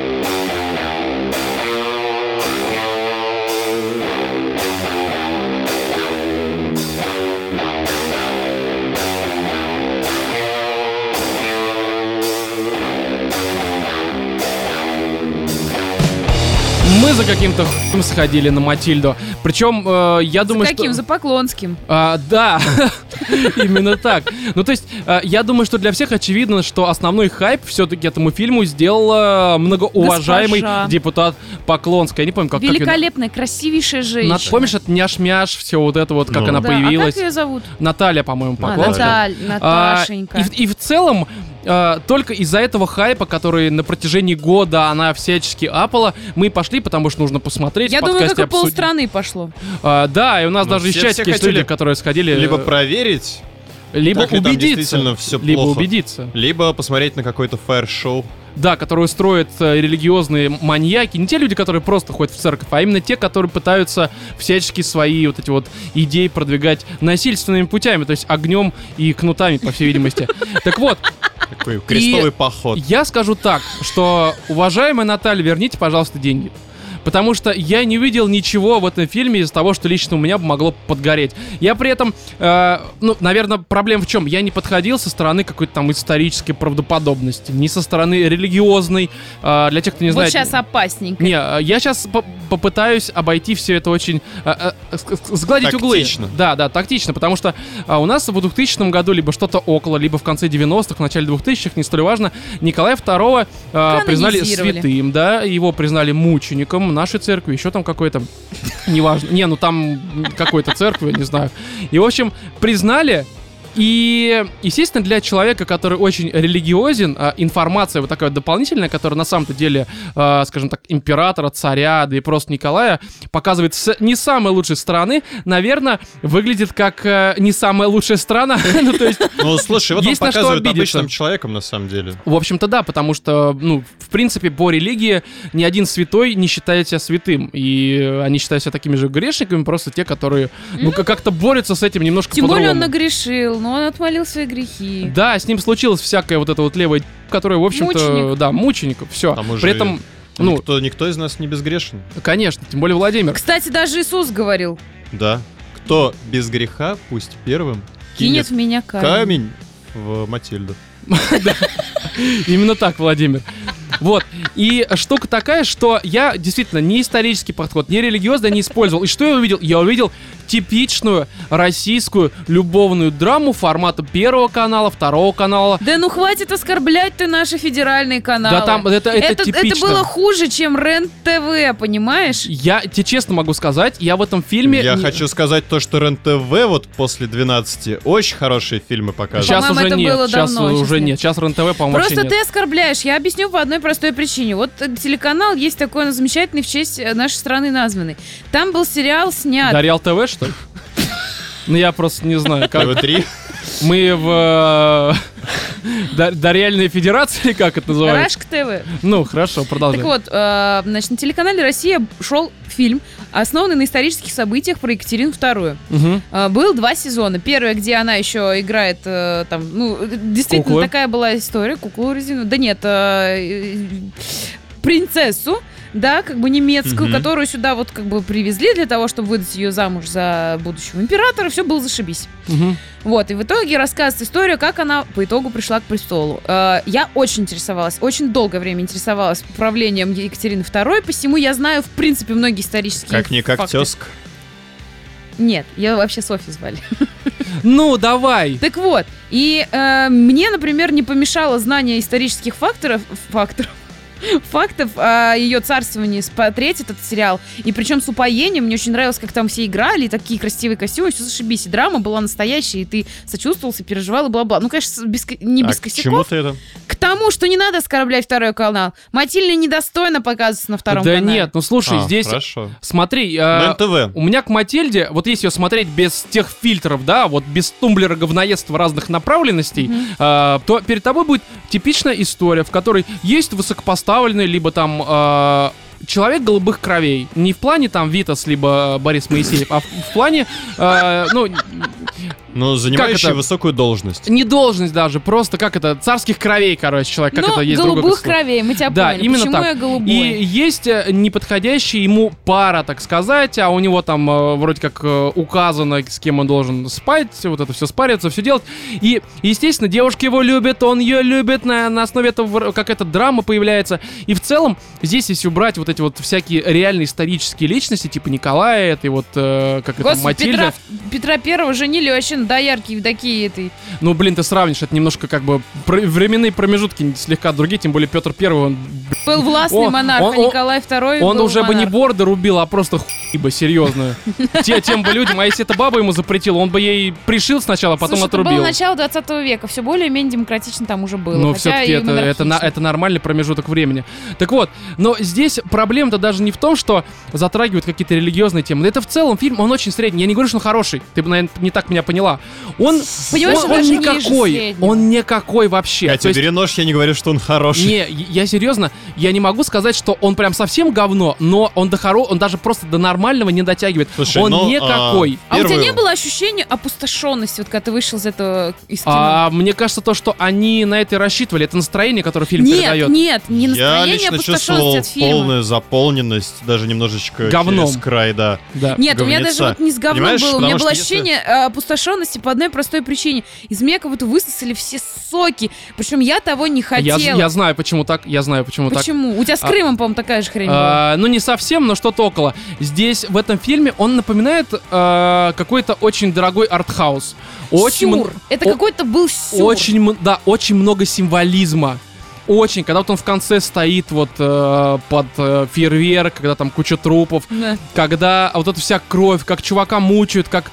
Мы за каким-то хуем сходили на Матильду. Причем, э, я За думаю, каким? что... За Поклонским. А, да, именно так. Ну, то есть, а, я думаю, что для всех очевидно, что основной хайп все-таки этому фильму сделала многоуважаемый Госпожа. депутат Поклонская. Я не помню, как... как её- Великолепная, красивейшая На- женщина. Помнишь, это няш-мяш, все вот это вот, как Ну. она Да, появилась. А как ее зовут? Наталья, по-моему, А, Поклонская. Наталь, А, Наташенька. и, в- и в целом, а, только из-за этого хайпа, который на протяжении года она всячески апала, мы пошли, потому что нужно посмотреть, Я в думаю, подкасте как и обсудить. полстраны пошло. А, да, и у нас Ну, даже из все- чатики все есть хотели люди, которые сходили... Либо э, проверить, либо так ли там убедиться. действительно все либо плохо. убедиться. либо посмотреть на какое-то фаер-шоу. Да, которые устроят э, религиозные маньяки. Не те люди, которые просто ходят в церковь, а именно те, которые пытаются всячески свои вот эти вот идеи продвигать насильственными путями, то есть огнем и кнутами, по всей видимости. Так вот, Такой крестовый поход. я скажу так, что, уважаемая Наталья, верните, пожалуйста, деньги. Потому что я не видел ничего в этом фильме из того, что лично у меня бы могло подгореть. Я при этом, э, ну, наверное, проблема в чем? Я не подходил со стороны какой-то там исторической правдоподобности, не со стороны религиозной. Э, для тех, кто не Вот знает... сейчас опасненько. Не, э, я сейчас попытаюсь обойти все это очень... э, э, с- с- сгладить Тактично. углы. Да, да, тактично, потому что э, у нас в двухтысячном году либо что-то около, либо в конце девяностых, в начале двухтысячных, не столь важно, Николая второго э, признали Канонизировали. святым, да, его признали мучеником нашей церкви, еще там какой-то, неважно, не, ну там какой-то церкви, не знаю. И, в общем, признали. И, естественно, для человека, который очень религиозен, а, информация вот такая вот дополнительная, которая на самом-то деле, а, скажем так, императора, царя, да и просто Николая, показывает с не самой лучшей стороны, наверное, выглядит как а, не самая лучшая страна. Ну, то есть, Ну, слушай, вот он Есть на что показывает обидеться. обычным человеком, на самом деле. в общем-то, да, потому что, ну, в принципе, по религии ни один святой не считает себя святым. И они считают себя такими же грешниками, просто те, которые, ну, как- как-то борются с этим немножко Тем более он по-другому. нагрешил, но он отмолил свои грехи. Да, с ним случилось всякое вот это вот левое, которое, в общем-то, Мученик. да, мученик, все. Там уже При этом, ну, никто, никто из нас не безгрешен. конечно, тем более Владимир. Кстати, даже Иисус говорил, Да. Кто без греха, пусть первым кинет кинет в меня камень. камень в Матильду. Именно так, Владимир. Вот. И штука такая, что я действительно ни исторический подход, ни религиозный не использовал. И что я увидел? Я увидел типичную российскую любовную драму формата Первого канала, Второго канала. Да ну хватит оскорблять ты наши федеральные каналы. Да там, это, это, это, это типично. было хуже, чем РЕН-ТВ, понимаешь? Я тебе честно могу сказать, я в этом фильме... Я не- хочу сказать то, что РЕН-ТВ вот после двенадцати очень хорошие фильмы показывает. Сейчас По-моему, уже это нет, было сейчас давно, уже сейчас нет. нет. Сейчас РЕН-ТВ, по-моему, Просто вообще ты нет. оскорбляешь. Я объясню по одной простой причине. Вот э, телеканал есть такой, он замечательный, в честь э, нашей страны названный. Там был сериал снят. Дарьял ТВ, что ли? Ну, я просто не знаю, как... ТВ-три. Мы в... э, Дар- Дарьяльной Федерации, как это называется? Рашк ТВ. Ну, хорошо, продолжай. Так вот, э, значит, на телеканале «Россия» шел фильм, основанный на исторических событиях про Екатерину вторую. Мгм. Э, Был два сезона. Первый, где она еще играет э, там, ну, э, действительно Куклы. такая была история. Куклу резину. Да нет, э, э, принцессу, да, как бы немецкую, Мгм. которую сюда вот как бы привезли для того, чтобы выдать ее замуж за будущего императора. Все было зашибись. Мгм. Вот, и в итоге рассказывается история, как она по итогу пришла к престолу. Э, Я очень интересовалась, очень долгое время интересовалась правлением Екатерины второй, посему я знаю, в принципе, многие исторические Как-никак факты. тезка. Нет, ее вообще Софи звали. Ну, давай. Так вот, и э, мне, например, не помешало знание исторических факторов, факторов, фактов о ее царствовании смотреть этот сериал. И причем с упоением. Мне очень нравилось, как там все играли, и такие красивые костюмы, все зашибись. И драма была настоящая, и ты сочувствовался, переживал и бла-бла. Ну, конечно, без, не без а косяков. К чему ты это? К тому, что не надо оскорблять второй канал. Матильда недостойно показывается на втором да канале. нет, ну слушай, А, здесь... Хорошо. Смотри, На э, эн тэ вэ. у меня к Матильде, вот если ее смотреть без тех фильтров, да, вот без тумблера говноедства разных направленностей, Мгм. э, то перед тобой будет типичная история, в которой есть высокопоставленный, либо там э, человек голубых кровей. Не в плане там Витас, либо Борис Моисеев, а в, в плане, э, ну, Ну, занимающий это? высокую должность. не должность даже, просто как это, царских кровей, короче, человек, как Ну, это есть другое голубых качество. кровей, мы тебя Да, поняли. именно Почему так. я голубой? И есть э, неподходящая ему пара, так сказать, а у него там э, вроде как э, указано, с кем он должен спать, вот это все спариться, все делать. И, естественно, девушка его любит, он ее любит, на, на основе этого какая-то драма появляется. И в целом, здесь, если убрать вот эти вот всякие реальные исторические личности, типа Николая, этой вот, э, как это, Господи, Матильда. Петра, Петра Первого женили вообще на доярке Евдокии этой. Ну, блин, ты сравнишь, это немножко как бы про- временные промежутки слегка другие, тем более Петр Первый, он, Был властный Он- монарх, он- а Николай Второй он был уже бы не монарх. борды рубил, а просто хуй бы, серьезно. Те, тем бы людям, а если это баба ему запретила, он бы ей пришил сначала, а потом Слушай, это было отрубил. начало двадцатого века, все более-менее демократично там уже было. Но хотя все-таки и это, это, на- монархично. это нормальный промежуток времени. Так вот, но здесь проблема-то даже не в том, что затрагивают какие-то религиозные темы. Это в целом фильм, он очень средний. Я не говорю, что он хороший. Ты, наверное, не так меня поняла. Он, Понимаешь, он, он он даже ниже никакой. среднего. Он никакой вообще. Катя, То есть- бери нож, я не говорю, что он хороший. Не, я серьезно, я не могу сказать, что он прям совсем говно, но он до хоро, он даже просто до нормального не дотягивает. Слушай, он ну, никакой. А у тебя Первую- не было ощущения опустошенности, вот когда ты вышел из этого из кино? А, мне кажется, то, что они на это и рассчитывали, это настроение, которое фильм нет, передает. нет, не Я настроение лично чувствовал опустошенности от фильма. полную заполненность, даже немножечко Говном. через край, да. Да. Нет, у меня говнеца. даже вот не с говном Понимаешь, было, у меня потому было что если- ощущение э, опустошенности по одной простой причине. Из меня как будто высосали все соки, причем я того не Я, хотела. я знаю, почему так, я знаю, почему так. Почему? У тебя с А- Крымом, по-моему, такая же хрень была. А, ну, не совсем, но что-то около. Здесь, в этом фильме, он напоминает а, какой-то очень дорогой артхаус. Очень, Сюр. м- Это о- какой-то был сюр. очень, м- да, очень много символизма. Очень, когда вот он в конце стоит вот э, под э, фейерверк, когда там куча трупов, Да. когда вот эта вся кровь, как чувака мучают, как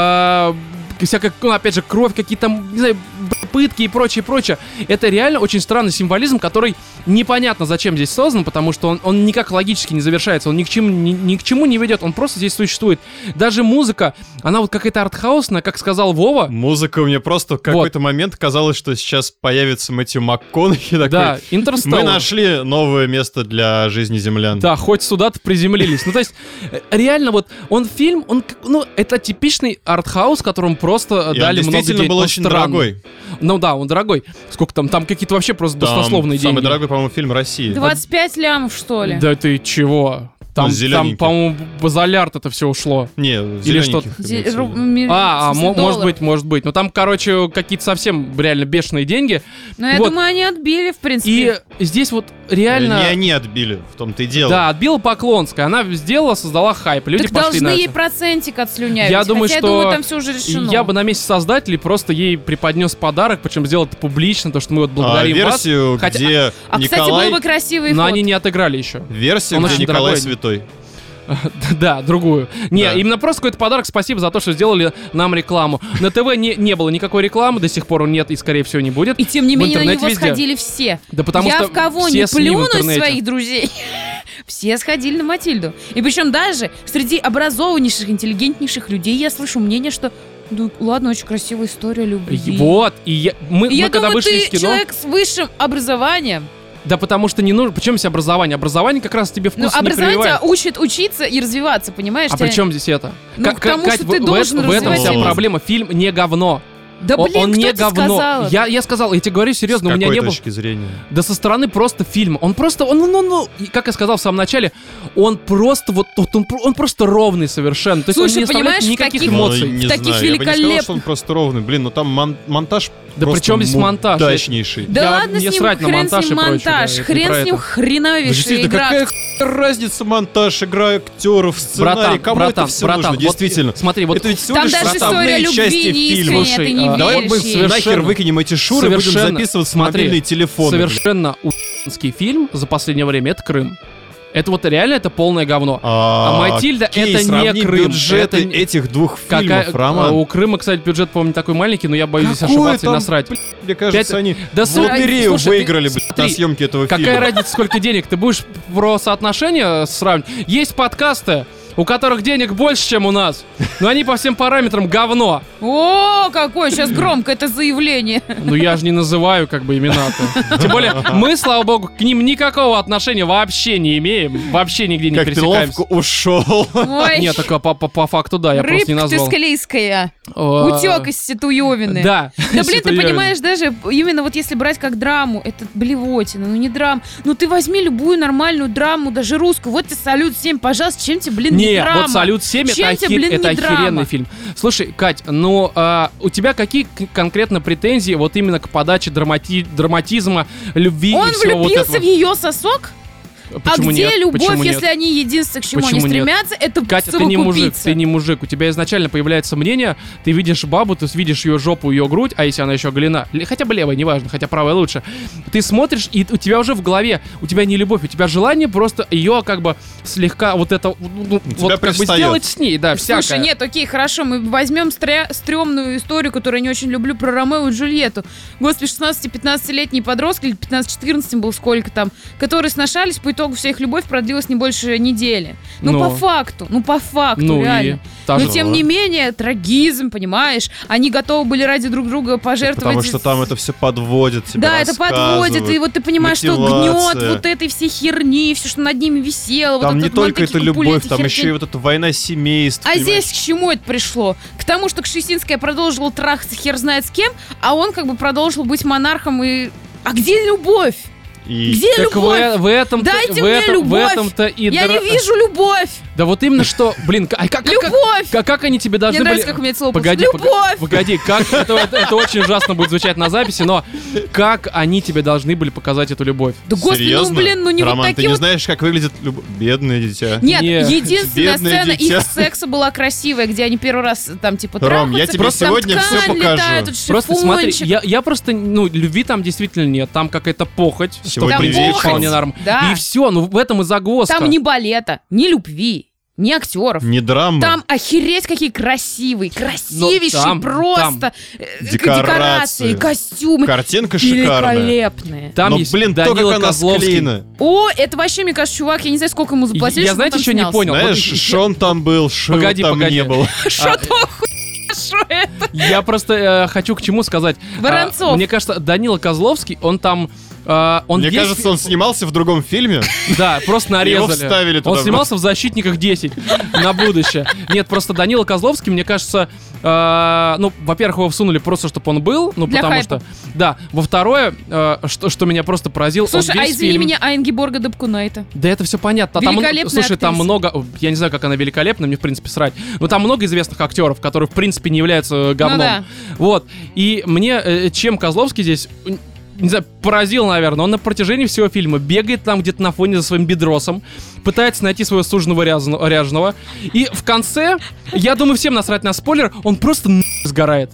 э, всякая, ну, опять же, кровь, какие-то, не знаю, б- пытки и прочее, прочее. Это реально очень странный символизм, который непонятно зачем здесь создан, потому что он, он никак логически не завершается, он ни к чему, ни, ни к чему не ведет, он просто здесь существует. Даже музыка, она вот какая-то артхаусная, как сказал Вова. Музыка у меня просто в какой-то момент казалось, что сейчас появится Мэтью МакКонахи такой. Да, Интерстеллар. Мы нашли новое место для жизни землян. Да, хоть сюда-то приземлились. Ну, то есть, э, реально, вот, он фильм, он, к- ну, это типичный артхаус, которому просто И он дали много действительно денег. был Он очень странный. дорогой. Ну да, он дорогой. Сколько там? Там какие-то вообще просто Там баснословные деньги. самый дорогой, по-моему, фильм России. двадцать пять лямов, что ли? Да ты чего? Там, Ну, там зелёненький. по-моему, базалярд это все ушло. Не, Или что? зелёненьких Зе- имеется в ру- виду. ми- А, а в мо- смысле, может долларов. быть, может быть. Но там, короче, какие-то совсем реально бешеные деньги. Но я Вот. думаю, они отбили, в принципе. И здесь вот реально... Не они отбили, в том-то и дело. Да, отбила Поклонская. Она сделала, создала хайп. Люди Так пошли должны на ей это. процентик отслюнявить. Я думаю, Хотя, что я думаю, там все уже решено. Я бы на месте создателей просто ей преподнес подарок, причем сделал это публично, то, что мы вот А, благодарим версию, Хотя- где А, кстати, Николай... был бы красивый вас, но ход. они не отыграли еще. Версию, Он где очень Николай дорогой. Святой. Да, другую. Не, Да. именно просто какой-то подарок. Спасибо за то, что сделали нам рекламу. На ТВ не, не было никакой рекламы, до сих пор нет и, скорее всего, не будет. И тем не В менее на интернете него везде. сходили все. Да потому я что в кого все не СМИ в плюну из интернете. своих друзей. Все сходили на Матильду. И причем даже среди образованнейших, интеллигентнейших людей я слышу мнение, что ну ладно, очень красивая история любви. И Вот, и я- мы, И мы я когда думаю, вышли ты из кино... человек с высшим образованием. Да потому что не нужно... Причем здесь образование? Образование как раз тебе Ну, вкус не образование тебя прививает. учит учиться и развиваться, понимаешь? А Тебя- при чем здесь это? Ну, Ка- к Ка- тому, Кать, что в- ты в должен этом- в этом развивать вся его. проблема. Фильм не говно. Да Он- блин, он кто не тебе говно. сказал? Я, я сказал, я тебе говорю серьезно, С у меня какой не было... точки зрения? Да со стороны просто фильма. Он просто, он, ну, ну, и как я сказал в самом начале, он просто вот, вот он, про- он просто ровный совершенно. То есть Слушай, он не оставляет понимаешь, в никаких таких- эмоций. Ну, не В таких знаю, я бы не сказал, великолепных- что он просто ровный. Блин, ну там мон- монтаж Да просто причем здесь монтаж? удачнейший. Да Я- ладно мне с ним, срать на хрен монтаж с и ним прочее, монтаж, да, это не хрен про с ним это. хреновейшая Действительно, игра. какая х- разница монтаж, игра актеров, сценарий, Братан, кому братан, это все братан, нужно? вот Действительно. смотри, вот Это ведь всего Там лишь даже составные история любви части не фильма. искренняя, Слушай, ты не а, Давай мы веришь ей. совершенно- нахер выкинем эти шуры, будем Совершенно. записывать Смотри, мобильные телефоны. совершенно у***нский фильм за последнее время — это Крым. Это вот реально это полное говно. А, А «Матильда» окей, это не сравни Крым, бюджеты это не- этих двух фильмов, Какая- Роман. У Крыма, кстати, бюджет, по-моему, не такой маленький, но я боюсь здесь Какой ошибаться и там, насрать. блин, Мне кажется, Пять- они Да в слушай, лотерею слушай, ты выиграли, блин, смотри, на съемке этого Какая фильма. разница, сколько денег? Ты будешь про соотношение сравнивать? Есть подкасты, у которых денег больше, чем у нас, но они по всем параметрам говно. О, какое сейчас громко это заявление. Ну я же не называю как бы имена-то. Тем более, мы, слава богу, к ним никакого отношения вообще не имеем. Вообще нигде не Как ты пересекаемся. ловко ушел. Ой, Нет, так по, по- по факту да, я просто не рыбка ты назвал. склейская. О, Утек из Ситуевины. Да. Да, блин, ты Ситуевина. понимаешь, даже именно вот если брать как драму, это блевотина, ну не драма. Ну ты возьми любую нормальную драму, даже русскую. Вот тебе «Салют семь», пожалуйста, чем тебе, блин, не Не, драма? вот «Салют семь» это, Чем тебе, охер- блин, это не драма? охеренный фильм. Слушай, Кать, ну а, у тебя какие к- конкретно претензии вот именно к подаче драмати- драматизма, любви Он и всего вот влюбился этого? в ее сосок? Почему а где нет? любовь, Почему нет? если они единственное, к чему Почему они нет? стремятся, это Катя, ты не мужик, совокупиться? ты не мужик. У тебя изначально появляется мнение, ты видишь бабу, ты видишь ее жопу, ее грудь, а если она еще голена, ли- хотя бы левая, неважно, хотя правая лучше. Ты смотришь, и у тебя уже в голове, у тебя не любовь, у тебя желание просто ее как бы слегка вот это, ну, вот как бы пристает. сделать с ней, да, всякое. Слушай, нет, окей, хорошо, мы возьмем стря- стрёмную историю, которую я не очень люблю, про Ромео и Джульетту. Господи, шестнадцати-пятнадцатилетний подросток, или пятнадцать-четырнадцать был сколько там, которые сношались, по итогу вся их любовь продлилась не больше недели. Ну, Ну. по факту, ну, по факту, Ну реально. и та Но же- тем не менее, трагизм, понимаешь? Они готовы были ради друг друга пожертвовать. Потому что там это все подводит тебя, Да, это подводит, и вот ты понимаешь, что гнет мотивация. вот этой всей херни, все, что над ними висело. Там вот не этот только Монтеки эта любовь, Капулетти, там еще и херня. вот эта война семейств. А понимаешь? здесь к чему это пришло? К тому, что Кшесинская продолжила трахаться хер знает с кем, а он как бы продолжил быть монархом и... А где любовь? И Где Так в, любовь? э- в этом Дайте в мне этом, любовь! в этом-то и Я дра- не вижу любовь! Да вот именно что, блин, к- а как, как, как, Любовь! как- как они тебе Мне должны нравится, были... как у меня это слово Погоди, получилось. пог- Любовь! погоди, как это, это, это очень ужасно будет звучать на записи, но как они тебе должны были показать эту любовь? Да господи, Серьезно? ну блин, ну не Роман, вот ты такие не вот... знаешь, как выглядит любовь? Бедное дитя. Нет, Нет. единственная Бедное сцена дитя. их секса была красивая, где они первый раз там типа Ром, я трахаются, тебе просто там сегодня всё ткань покажу. летает, тут Просто смотри, шифончик. я, я просто, ну, любви там действительно нет, там какая-то похоть, что Сегодня в принципе вечером. вполне норм. Да. И все, ну в этом и загвоздка. Там ни балета, ни любви, ни актеров. Не драма. Там охереть какие красивые, красивейшие там- просто э, Декорации. декорации, костюмы. Картинка шикарная. Великолепные. Там Но, есть блин, то, Данила как она Козловский. склеена. О, это вообще, мне кажется, чувак, я не знаю, сколько ему заплатили, Я, чтобы знаете, он там еще не снялся. понял. Знаешь, Вот я- Шон там был, Шил Погоди, там погоди. не был. Что то что это? Я просто э, хочу к чему сказать. Воронцов. А, мне кажется, Данила Козловский, он там... э, он Мне весь кажется, фи- он снимался в другом фильме. Да, просто Его нарезали. вставили туда Он снимался в «Защитниках десять» на будущее. Нет, просто Данила Козловский, мне кажется, э, ну, во-первых, его всунули просто, чтобы он был, ну, Для потому хайпа. что... Да. Во-второе, э, что, что меня просто поразило, он Слушай, а весь извини фильм- меня, а Ингеборга Дапкунайте? Да это все понятно. А там, Великолепная слушай, там актриса. много... Я не знаю, как она великолепна, мне, в принципе, срать. Но там много известных актеров, которые, в принципе, не являются э, говном. Ну да. Вот. И мне, э, чем Козловский здесь... э, Не знаю, поразил, наверное. Он на протяжении всего фильма бегает там где-то на фоне за своим бедросом, пытается найти своего суженого рязаного- ряженого. И в конце, я думаю, всем насрать на спойлер, он просто н- сгорает.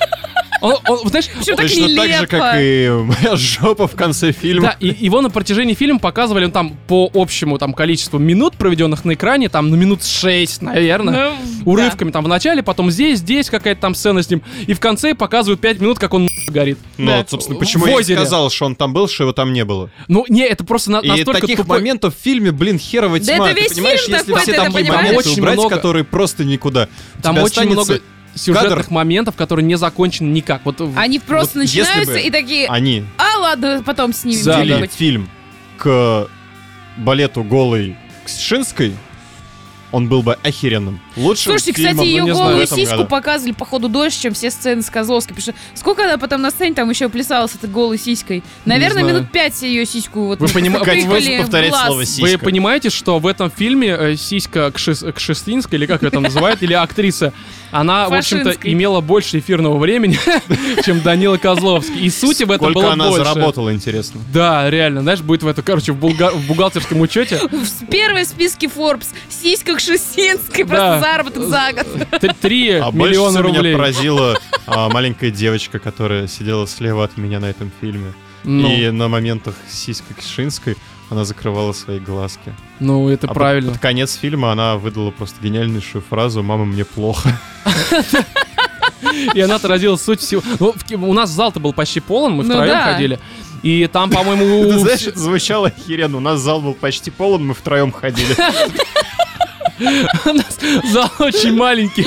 Он, он, знаешь, Почему так Точно так же, нелепо? как и моя жопа в конце фильма. да, и его на протяжении фильма показывали ну, там по общему там количеству минут, проведенных на экране, там на минут шесть, наверное. Ну, Урывками там в начале, потом здесь, здесь какая-то там сцена с ним. И в конце показывают пять минут, как он горит. Ну, Да. вот, собственно, почему В я и озере. сказал, что он там был, что его там не было. Ну, не, это просто на- И настолько таких тупой... моментов в фильме, блин, херово Да тьма. это Ты весь понимаешь, фильм если такой, все ты это такие понимаешь? моменты Очень убрать, много. которые просто никуда. У Там тебя очень останется много сюжетных кадр. моментов, которые не закончены никак. Вот в- Они просто Вот если начинаются бы и такие, Они а ладно, потом снимем Да, ввели что-нибудь. фильм к балету голой Кшинской, он был бы охеренным. Лучшим Слушайте, фильмом, кстати, ее ну, не знаю, в голую этом сиську году. показывали, походу, дольше, чем все сцены с Козловской. Потому что сколько она потом на сцене там еще плясала с этой голой сиськой? Наверное, знаю. минут пять ее сиську вот Вы понима- втыкали в повторять глаз. слово «сиська». Вы понимаете, что в этом фильме э, сиська Кшис- Кшестинская, или как ее там называют, или актриса, она, в общем-то, Фашинской. имела больше эфирного времени, чем Данила Козловский. И сути в этом Сколько было она больше. заработала, интересно. Да, реально, знаешь, будет в это, короче, в, булга- в бухгалтерском учете В первой списке Forbes сиська Кшесинской, Да. просто заработок за год. т- три А больше миллиона всего меня рублей. поразила а, маленькая девочка, которая сидела слева от меня на этом фильме. Ну, И на моментах сиськи Кшинской она закрывала свои глазки. ну, это А под- правильно. Под конец фильма она выдала просто гениальнейшую фразу «Мама, мне плохо». И она отразила суть всего. Ну, в ки- у нас зал-то был почти полон, мы Ну втроем да. ходили. И там, по-моему, Ты у знаешь, вс- это звучало охеренно. У нас зал был почти полон, мы втроем ходили. у нас зал очень маленький.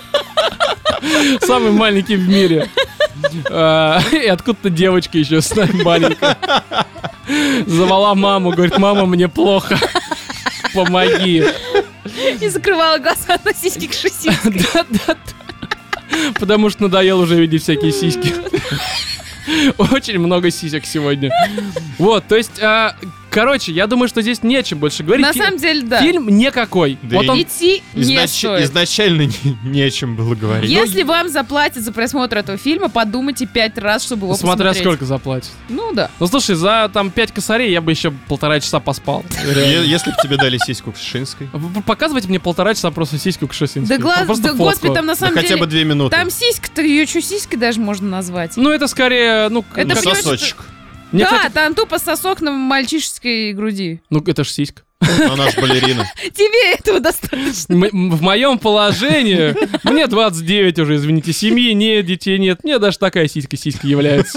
Самый маленький в мире. А, И откуда-то девочка еще с нами маленькая. Звала маму, говорит, мама, мне плохо. Помоги. И закрывала глаза на сиськи Кшесинской. Да-да-да. Потому что надоело уже видеть всякие сиськи. Очень много сисек сегодня. Вот, то есть, а, короче, я думаю, что здесь не о чем больше говорить. На Фи- самом деле, да. Фильм никакой. Да Вот и он Идти не Изнач- стоит. Изначально не, не о чем было говорить. Если вам заплатят за просмотр этого фильма, подумайте пять раз, чтобы его смотря посмотреть. сколько заплатит. Ну да. Ну слушай, за там пять косарей я бы еще полтора часа поспал. Реально. Е- Если бы тебе дали сиську Кшинской, Вы- вы Показывайте мне полтора часа просто сиську Кшесинской. Да глаз, Просто да фотку. господи, там на да самом хотя деле... бы две минуты. Там сиська-то, ее что, сиськой даже можно назвать? Ну это скорее, ну... Это Ну, как- понимаешь, сосочек. Мне, да, кстати, там тупо сосок на мальчишеской груди. ну это ж сиська. Она ж балерина. Тебе этого достаточно. М- м- В моем положении, мне двадцать девять уже, извините, семьи нет, детей нет, мне даже такая сиська сиська является.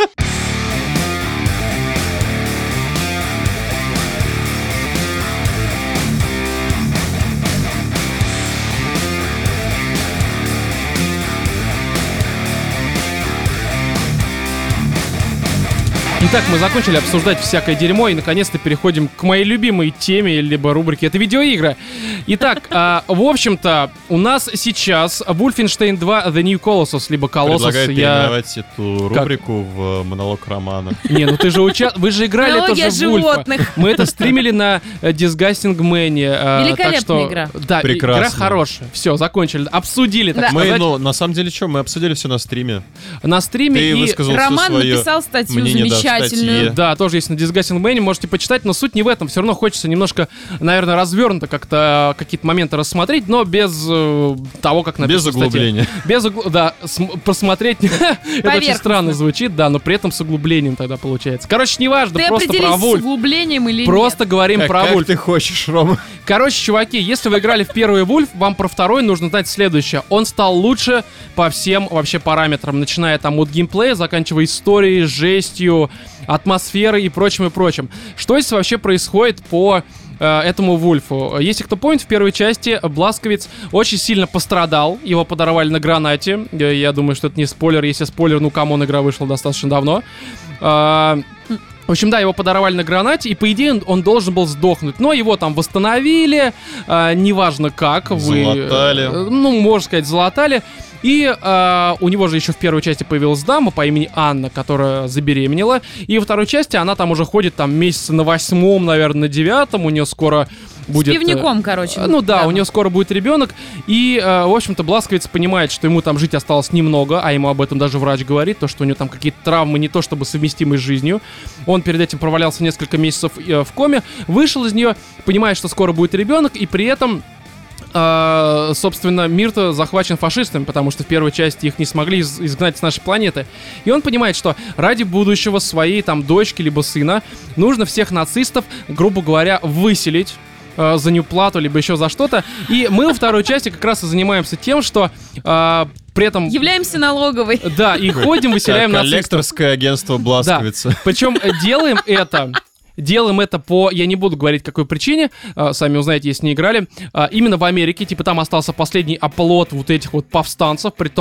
Итак, мы закончили обсуждать всякое дерьмо и наконец-то переходим к моей любимой теме, либо рубрике. Это видеоигры. Итак, а, в общем-то, у нас сейчас Wolfenstein два The New Colossus, либо Colossus. Предлагаю Я... переименовать эту рубрику в монолог романа. Не, ну ты же уча... Вы же играли Биология тоже в Вульфа. животных. Мы это стримили на э, Disgusting Man. э, Великолепная так что... игра. Да, и- игра Прекрасно. хорошая. Все, закончили. Обсудили, так Да. Мы, сказать, ну, на самом деле, что, мы обсудили все на стриме. на стриме. Ты и... высказал всё Роман своё написал статью мнение, да, в замечательную. статье. Да, тоже есть на Disgusting Man, можете почитать, но суть не в этом. Все равно хочется немножко, наверное, развернуто как-то какие-то моменты рассмотреть, но без э, того, как написано Без в статье. углубления. Без угл... Да, см- просмотреть это очень Поверхностно. странно звучит, да, но при этом с углублением тогда получается. Короче, неважно, Ты просто про определись с Вульф. углублением или Просто говорим Как, про как Вульф. ты хочешь, Рома? Короче, чуваки, если вы играли в первый Вульф, вам про второй нужно знать следующее. Он стал лучше по всем вообще параметрам, начиная там от геймплея, заканчивая историей, жестью, атмосферой и прочим, и прочим. Что здесь вообще происходит по э, этому Вульфу? Если кто помнит, в первой части Бласковиц очень сильно пострадал, его подорвали на гранате. Я, я думаю, что это не спойлер. Если спойлер, ну камон, игра вышла достаточно давно. А, В общем, да, его подорвали на гранате, и по идее он, он должен был сдохнуть. Но его там восстановили, а, неважно как. Вы, Залатали. э, ну, можно сказать, залатали. И а, у него же еще в первой части появилась дама по имени Анна, которая забеременела. И во второй части она там уже ходит там месяца на восьмом, наверное, на девятом. У нее скоро будет... С пивником, короче. э, Ну да, дама. у нее скоро будет ребенок. И, э, в общем-то, Бласковиц понимает, что ему там жить осталось немного, а ему об этом даже врач говорит, то, что у него там какие-то травмы не то чтобы совместимы с жизнью. Он перед этим провалялся несколько месяцев э, в коме, вышел из нее, понимает, что скоро будет ребенок, и при этом... Uh, собственно, мир-то захвачен фашистами, потому что в первой части их не смогли из- изгнать с нашей планеты. И он понимает, что ради будущего своей там дочки либо сына нужно всех нацистов, грубо говоря, выселить uh, за неуплату, либо еще за что-то. И мы во второй части как раз и занимаемся тем, что uh, при этом... Являемся налоговой. Да, и ходим, выселяем Как нацистов. коллекторское агентство Бласковица. Причем э, делаем это... Делаем это по, я не буду говорить какой причине, э, сами узнаете, если не играли, э, именно в Америке, типа там остался последний оплот вот этих вот повстанцев, притом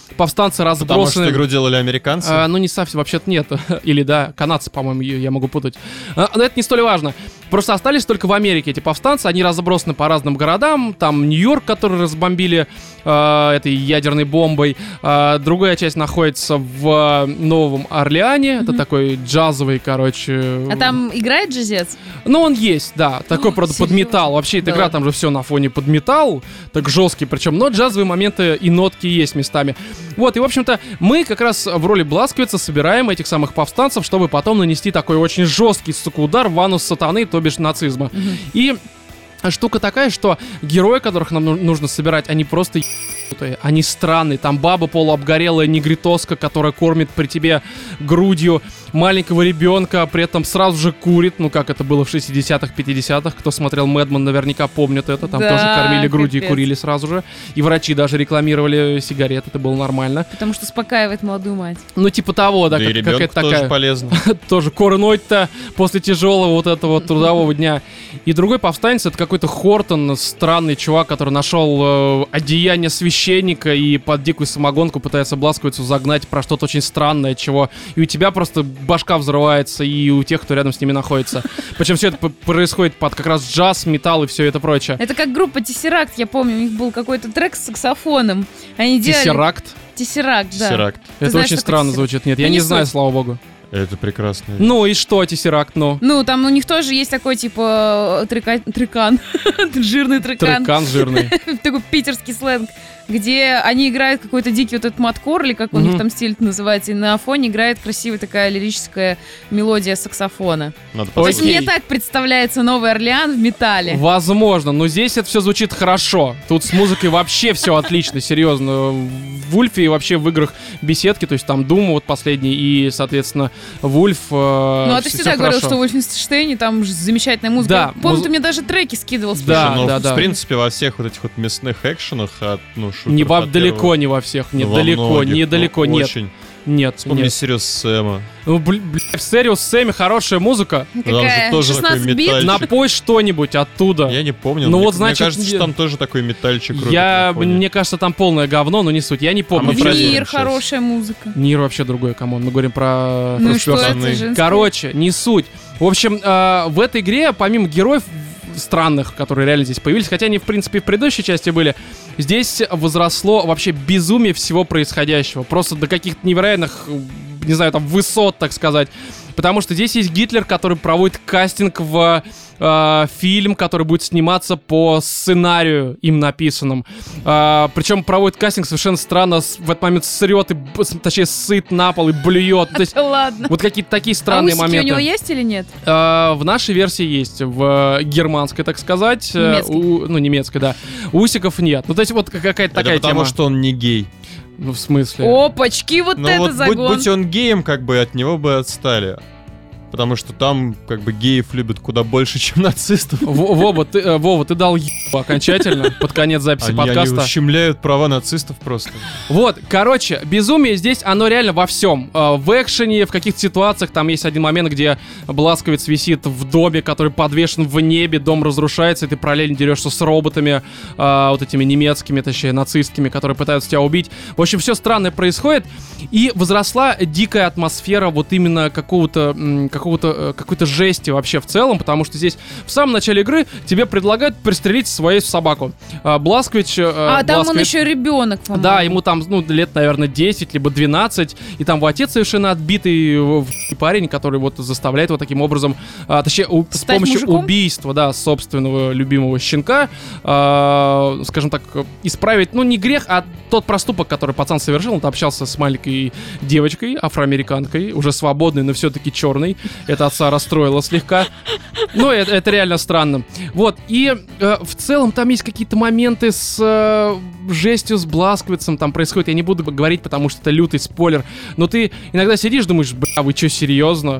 повстанцы Потому что разбросаны... игру делали американцы? А, ну, не совсем, вообще-то нет. Или да, канадцы, по-моему, я я могу путать. А, но это не столь важно. Просто остались только в Америке эти повстанцы, они разбросаны по разным городам. Там Нью-Йорк, который разбомбили э, этой ядерной бомбой. Э, другая часть находится в Новом Орлеане. Mm-hmm. Это такой джазовый, короче... А там играет джазец? Ну, он есть, да. Такой, О, правда, под серьезно? металл. Вообще, эта Да. игра, там же все на фоне под металл. Так жесткий причем. Но джазовые моменты и нотки есть местами. Вот, и, в общем-то, мы как раз в роли Бласковица собираем этих самых повстанцев, чтобы потом нанести такой очень жесткий, сука, удар в анус сатаны, то бишь нацизма. Мгм. И штука такая, что герои, которых нам ну- нужно собирать, они просто ебанутые, они странные. Там баба полуобгорелая негритоска, которая кормит при тебе грудью маленького ребенка, при этом сразу же курит, ну как это было в шестидесятых, пятидесятых. Кто смотрел Мэдман, наверняка помнит это. Там Да, тоже кормили грудью капец. и курили сразу же. И врачи даже рекламировали сигареты, это было нормально. Потому что успокаивает молодую мать. Ну типа того, да, Да и как- ребенку какая-то тоже такая... полезно. тоже корнуть-то после тяжелого вот этого трудового дня. И другой повстанец — это какой-то Хортон, странный чувак, который нашел э, одеяние священника и под дикую самогонку пытается Бласковицу загнать про что-то очень странное, чего и у тебя просто башка взрывается, и у тех, кто рядом с ними находится. Причем все это п- происходит под как раз джаз, металл и все это прочее. Это как группа Тессеракт, я помню, у них был какой-то трек с саксофоном. Они делали... Тессеракт. Тессеракт, да. Тессеракт. Это знаешь, очень такой странно тессеракт? звучит. Нет, Ну, я не не знаю, суть. слава богу. Это прекрасно. Ну и что, Тессеракт, ну? Ну, там у них тоже есть такой, типа, трека... трекан. Жирный трекан. Трекан жирный. Такой питерский сленг, где они играют какой-то дикий вот этот маткор, или как у Мгм. них там стиль называется, и на фоне играет красивая такая лирическая мелодия саксофона. Надо То есть Окей. мне так представляется Новый Орлеан в металле. Возможно, но здесь это все звучит хорошо. Тут с музыкой вообще все отлично, серьезно. В Вульфе и вообще в играх беседки, то есть там Doom вот последний и, соответственно, Вульф. Ну, а ты всегда говорил, что в вы... Wolfenstein там же замечательная музыка. Да, Я помню, муз- ты мне даже треки скидывал с Да, Но, да, в да. принципе, во всех вот этих вот мясных экшенах, от, ну, шутеров Не во, от далеко первого, не во всех, нет, во далеко, многих, не ну, далеко, нет, Очень. нет, Вспомни нет. Сириус Сэма. Ну, бля, в Serious Сэме хорошая музыка. Там же Какая? тоже такой шестнадцать бит? металльчик. Напой что-нибудь оттуда. Я не помню. Ну мне, вот, значит, мне кажется, не- что там тоже такой метальчик рубит Я, на фоне. мне кажется, там полное говно, но не суть, я не помню. мы честно. проверим Мир, сейчас. хорошая музыка. Нир вообще другой, камон, мы говорим про... Ну про и что First. это, женская? Короче, не суть. В общем, э, в этой игре, помимо героев странных, которые реально здесь появились, хотя они, в принципе, в предыдущей части были, здесь возросло вообще безумие всего происходящего. Просто до каких-то невероятных, не знаю, там, высот, так сказать. Потому что здесь есть Гитлер, который проводит кастинг в э, фильм, который будет сниматься по сценарию им написанному. Э, причем проводит кастинг совершенно странно, с- в этот момент срет, и, б- с- точнее, сыт на пол и блюет. То есть, Ладно. вот какие-то такие А странные усики моменты. у него есть или нет? Э, в нашей версии есть, в э, германской, так сказать. э, Немецкой. у- ну, немецкой, да. Усиков нет. Ну, то есть, вот какая-то Это такая потому, тема. что он не гей. Ну, в смысле? Опачки, вот Ну это вот будь, загон. будь он геем, как бы от него бы отстали. Потому что там, как бы, геев любят куда больше, чем нацистов. В- Вова, ты, э, Вова, ты дал ебу окончательно под конец записи Они, они подкаста. ущемляют права нацистов просто. Вот, короче, безумие здесь, оно реально во всем. Э, В экшене, в каких-то ситуациях, там есть один момент, где Бласковиц висит в доме, который подвешен в небе, дом разрушается, и ты параллельно дерешься с роботами, э, вот этими немецкими, точнее, нацистскими, которые пытаются тебя убить. В общем, все странное происходит, и возросла дикая атмосфера вот именно какого-то, м, какого-то, э, какой-то жести вообще в целом, потому что здесь в самом начале игры тебе предлагают пристрелить свою собаку. Э, Бласкович... э, А, там он Бласкович- еще ребенок, по-моему. Да, ему там, ну, лет, наверное, десять, либо двенадцать, и там его отец совершенно отбитый в- в- парень, который вот заставляет его таким образом, а, точнее, у- с Стать помощью мужиком? убийства, да, собственного любимого щенка, а, скажем так, исправить, ну, не грех, а тот проступок, который пацан совершил. Он общался с маленькой девочкой, афроамериканкой, уже свободной, но все-таки черной. Это отца расстроило слегка. Ну, это, это реально странно. Вот, и э, в целом там есть какие-то моменты с э, жестью, с Бласковицем там происходит. Я не буду говорить, потому что это лютый спойлер. Но ты иногда сидишь, думаешь, бля, вы что, серьезно?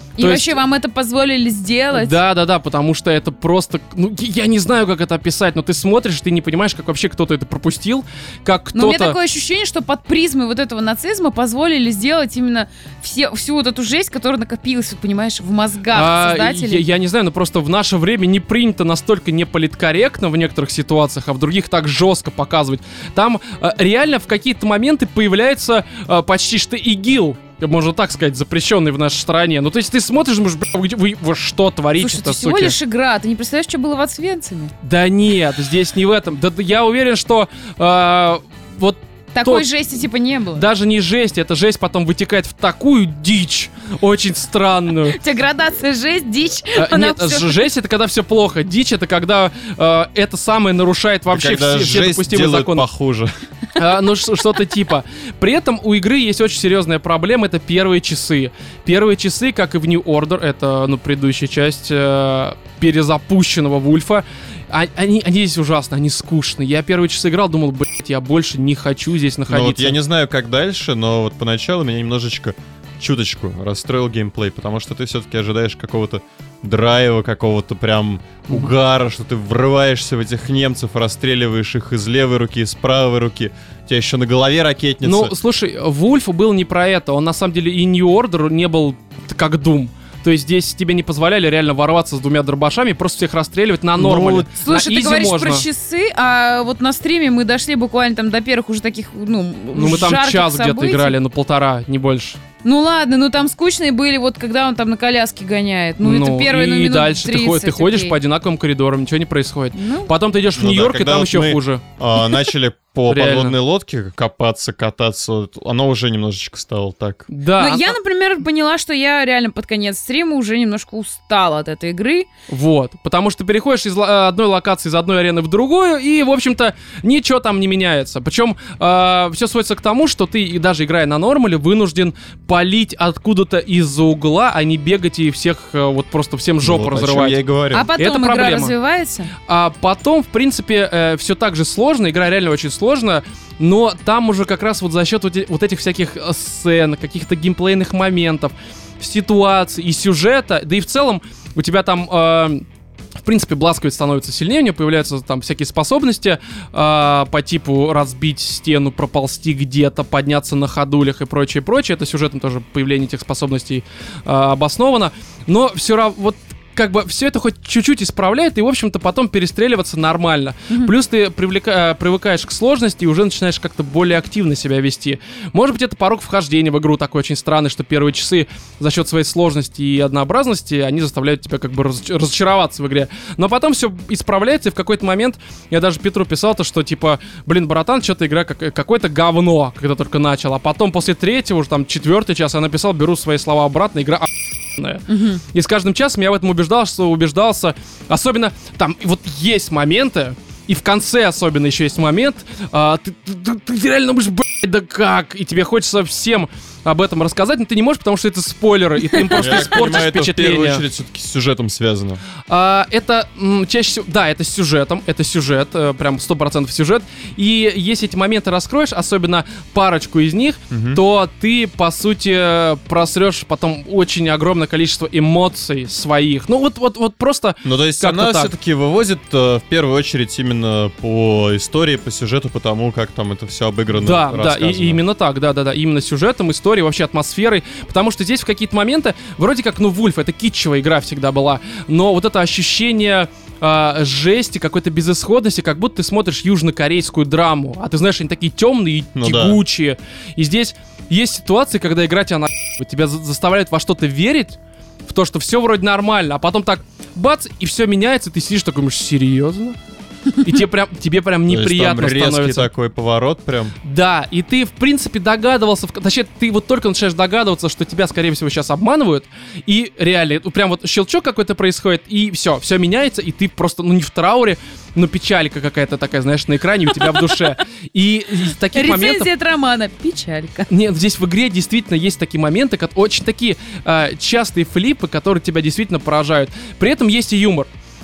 И То вообще есть- вам это позволили сделать? Да, да, да, потому что это просто, ну, я не знаю, как это описать, но ты смотришь, ты не понимаешь, как вообще кто-то это пропустил, как Но у меня кто-то... такое ощущение, что под призмой вот этого нацизма позволили сделать именно все, всю вот эту жесть, которая накопилась, вот, понимаешь, в мозгах А, создателей. я, я не знаю, но просто в наше время не принято настолько неполиткорректно в некоторых ситуациях, а в других так жестко показывать. Там э, реально в какие-то моменты появляется э, почти что ИГИЛ. Можно так сказать, запрещенный в нашей стране. Ну, то есть ты смотришь, думаешь, бля, вы, вы- вы что творите, Слушай, это суки? всего лишь игра. Ты не представляешь, что было в Освенциме? Да нет, здесь не в этом. Да, да я уверен, что э, вот Такой Тот- жести типа не было. даже не жесть, эта жесть потом вытекает в такую дичь, очень странную. У тебя градация жесть, дичь. Э, она Нет, всё- ж- жесть это когда все плохо. Дичь это когда э, это самое нарушает вообще Когда все, все жесть допустимые делают законы. похуже. А, ну, ш- что-то типа. При этом у игры есть очень серьезная проблема, это первые часы. Первые часы, как и в New Order, это, ну, предыдущая часть э, перезапущенного Вульфа, а- они, они здесь ужасно, они скучные. Я первые часы играл, думал, блять, я больше не хочу здесь Ну вот находиться. я не знаю, как дальше, но вот поначалу меня немножечко, чуточку расстроил геймплей, потому что ты все-таки ожидаешь какого-то драйва, какого-то прям угара, что ты врываешься в этих немцев, расстреливаешь их из левой руки, из правой руки. У тебя еще на голове ракетница. Ну, слушай, Вульфу был не про это. Он, на самом деле, и New Order не был как Doom. То есть здесь тебе не позволяли реально ворваться с двумя дробашами и просто всех расстреливать на нормале. Слушай, на ты изи говоришь можно. про часы, а вот на стриме мы дошли буквально там до первых уже таких, ну, Ну, мы там жарких час где-то событий. играли, ну, полтора, не больше. Ну ладно, ну там скучные были, вот когда он там на коляске гоняет. Ну, это первые, ну, и минут дальше ты, ход- ты тридцать, ходишь окей. по одинаковым коридорам, ничего не происходит. Ну, Потом ты идешь в Ну да, Нью-Йорк, и когда там вот еще мы- хуже. А, начали по Реально. подводной лодке копаться, кататься, вот оно уже немножечко стало так. Да, ну, я, например, поняла, что я реально под конец стрима уже немножко устала от этой игры. вот. Потому что ты переходишь из ла- одной локации, из одной арены в другую, и, в общем-то, ничего там не меняется. Причем все сводится к тому, что ты, и даже играя на нормале, вынужден палить откуда-то из-за угла, а не бегать и всех э, вот просто всем жопу Вот о чем разрывать. я и говорю. А потом Это игра проблема. развивается. А потом, в принципе, все так же сложно, игра реально очень сложная, но там уже как раз вот за счет вот, э- вот этих всяких э, сцен, каких-то геймплейных моментов, ситуаций и сюжета, да и в целом у тебя там... э, в принципе, Бласковец становится сильнее, у него появляются там всякие способности э, по типу разбить стену, проползти где-то, подняться на ходулях и прочее, прочее. Это сюжетом тоже появление этих способностей э, обосновано. Но все равно, вот как бы все это хоть чуть-чуть исправляет, и, в общем-то, потом перестреливаться нормально. Мгм. Плюс ты привлека- э, привыкаешь к сложности и уже начинаешь как-то более активно себя вести. Может быть, это порог вхождения в игру такой очень странный, что первые часы за счет своей сложности и однообразности они заставляют тебя как бы разоч- разочароваться в игре. Но потом все исправляется, и в какой-то момент я даже Петру писал то, что типа, блин, братан, что-то игра как- какое-то говно, когда только начал. А потом после третьего, уже там четвертый час, я написал, беру свои слова обратно, игра охуенная. Мгм. И с каждым часом я в этом убеждался, убеждался. Особенно там вот есть моменты, и в конце особенно еще есть момент, а, ты, ты- ты- ты реально думаешь, блядь, да как? И тебе хочется всем об этом рассказать, но ты не можешь, потому что это спойлеры, и ты им просто Я так испортишь понимаю, это в первую впечатление. очередь все-таки с сюжетом связано. А, это м, чаще всего, да, это с сюжетом, это сюжет, э, прям сто процентов сюжет. И если эти моменты раскроешь, особенно парочку из них, Мгм. то ты, по сути, просрешь потом очень огромное количество эмоций своих. Ну вот, вот, вот просто... Ну, то есть Как-то она так. все-таки вывозит э, в первую очередь именно по истории, по сюжету, по тому, как там это все обыграно, Да, да, и, рассказано. и именно так, да, да, да, именно сюжетом, историей, вообще атмосферой, потому что здесь в какие-то моменты, вроде как, ну, Вульф, это китчевая игра всегда была, но вот это ощущение а, жести, какой-то безысходности, как будто ты смотришь южнокорейскую драму, а ты знаешь, они такие темные и Ну да. тягучие, и здесь есть ситуации, когда игра тебя на... тебя за- заставляет во что-то верить, в то, что все вроде нормально, а потом так, бац, и все меняется, и ты сидишь такой, думаешь, серьезно? И тебе прям, тебе прям То есть неприятно там резкий становится. такой поворот прям. Да, и ты, в принципе, догадывался, в- точнее, ты вот только начинаешь догадываться, что тебя, скорее всего, сейчас обманывают, и реально, ну, прям вот щелчок какой-то происходит, и все, все меняется, и ты просто, ну, не в трауре, но печалька какая-то такая, знаешь, на экране у тебя в душе. И из таких моментов... Рецензия от романа. Печалька. Нет, здесь в игре действительно есть такие моменты, как очень такие э, частые флипы, которые тебя действительно поражают. При этом есть и юмор.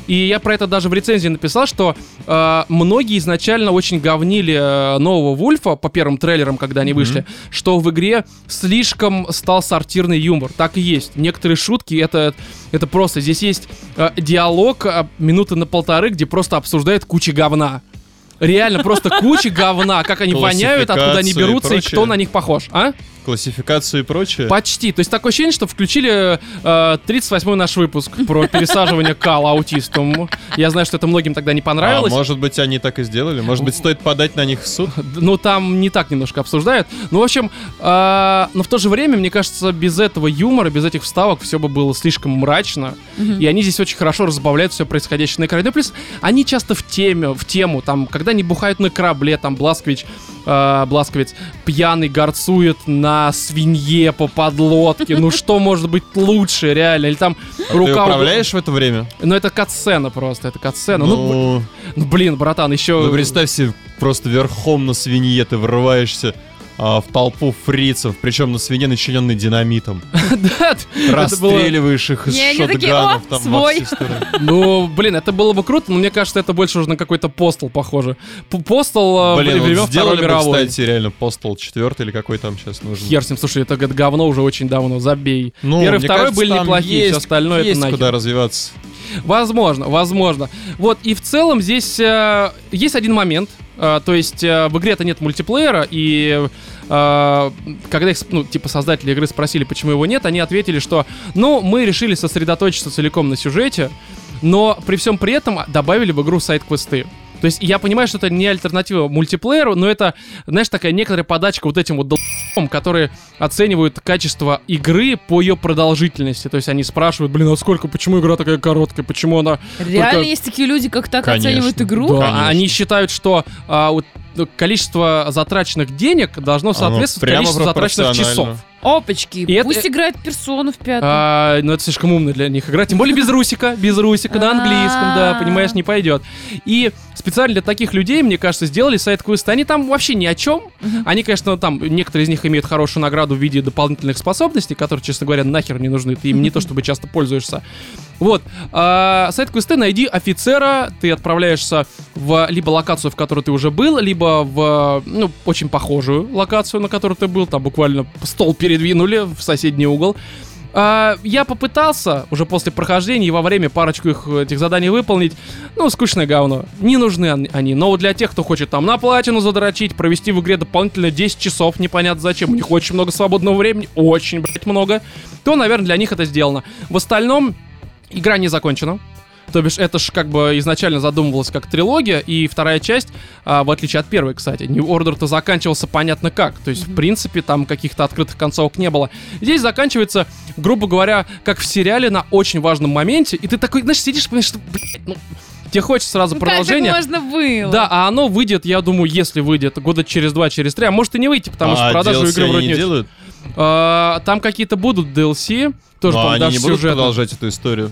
И я про это даже в рецензии написал, что э, многие изначально очень говнили э, нового Вульфа по первым трейлерам, когда они вышли, mm-hmm. что в игре слишком стал сортирный юмор. Так и есть. Некоторые шутки, это, это просто... Здесь есть э, диалог э, минуты на полторы, где просто обсуждают кучу говна. Реально, просто куча говна. Как они воняют, откуда они берутся и, и кто на них похож. А? Классификацию и прочее? Почти. То есть такое ощущение, что включили э, тридцать восьмой наш выпуск про пересаживание кала аутистам. Я знаю, что это многим тогда не понравилось. А может быть, они так и сделали? Может быть, стоит подать на них в суд? Ну, там не так немножко обсуждают. Ну, в общем, э, но в то же время, мне кажется, без этого юмора, без этих вставок все бы было слишком мрачно. Mm-hmm. И они здесь очень хорошо разбавляют все происходящее на экране. Ну, плюс они часто в теме, в тему, там, когда они бухают на корабле, там, Бласкович, э, Бласковец пьяный горцует на свинье по подлодке. Ну что может быть лучше, реально? Или там а рука... Ты управляешь в это время? Ну это кат-сцена просто, это кат-сцена. Ну... Ну, ну блин, братан, еще... Ну представь себе, просто верхом на свинье ты врываешься а, в толпу фрицев, причем на свинье, начиненной динамитом. Да, расстреливаешь их из шотганов там во все стороны. Ну, блин, это было бы круто, но мне кажется, это больше уже на какой-то Postal похоже. Postal времен Второй мировой. Кстати, реально Postal четвертый или какой там сейчас нужен. Хер с ним, слушай, это говно уже очень давно, забей. Первый, второй были неплохие, все остальное это нахер. Есть куда развиваться. Возможно, возможно. Вот, и в целом здесь э, есть один момент. Э, то есть э, в игре-то нет мультиплеера, и э, когда их, ну, типа, создатели игры спросили, почему его нет, они ответили, что, ну, мы решили сосредоточиться целиком на сюжете, но при всем при этом добавили в игру сайд-квесты. То есть я понимаю, что это не альтернатива мультиплееру, но это, знаешь, такая некоторая подачка вот этим вот долб***ам, которые оценивают качество игры по ее продолжительности. То есть они спрашивают, блин, а сколько, почему игра такая короткая, почему она... Реально только... есть такие люди, как так Конечно. оценивают игру? Да, Конечно. они считают, что а, вот, количество затраченных денег должно соответствовать количеству затраченных часов. Опачки, И пусть это... играет персону в пятую. А, ну это слишком умно для них играть, тем более без русика, без русика на английском, да, понимаешь, не пойдет. И специально для таких людей, мне кажется, сделали сайд-квесты. Они там вообще ни о чем. Они, конечно, там, некоторые из них имеют хорошую награду в виде дополнительных способностей, которые, честно говоря, нахер не нужны. Ты им не то чтобы часто пользуешься. Вот. А, сайд-квесты, найди офицера, ты отправляешься в либо локацию, в которой ты уже был, либо в, ну, очень похожую локацию, на которой ты был. Там буквально стол передвинули в соседний угол. А, я попытался уже после прохождения и во время парочку их, этих заданий выполнить. Ну, скучное говно. Не нужны они. Но вот для тех, кто хочет там на платину задрочить, провести в игре дополнительно десять часов, непонятно зачем, у них очень много свободного времени, очень, блять, много, то, наверное, для них это сделано. В остальном, игра не закончена. То бишь, это ж как бы изначально задумывалось как трилогия, и вторая часть, а, в отличие от первой, кстати, New Order-то заканчивался понятно как. То есть, mm-hmm. в принципе, там каких-то открытых концовок не было. Здесь заканчивается, грубо говоря, как в сериале на очень важном моменте, и ты такой, знаешь, сидишь и понимаешь, что, блядь, ну... Тебе хочется сразу ну, продолжения. Как так можно было? Да, а оно выйдет, я думаю, если выйдет, года через два, через три, а может и не выйти, потому а что продажи ди эл си игры вроде не нет. делают? А, там какие-то будут ди эл си, тоже, Но они даже не будут сюжетно. продолжать эту историю?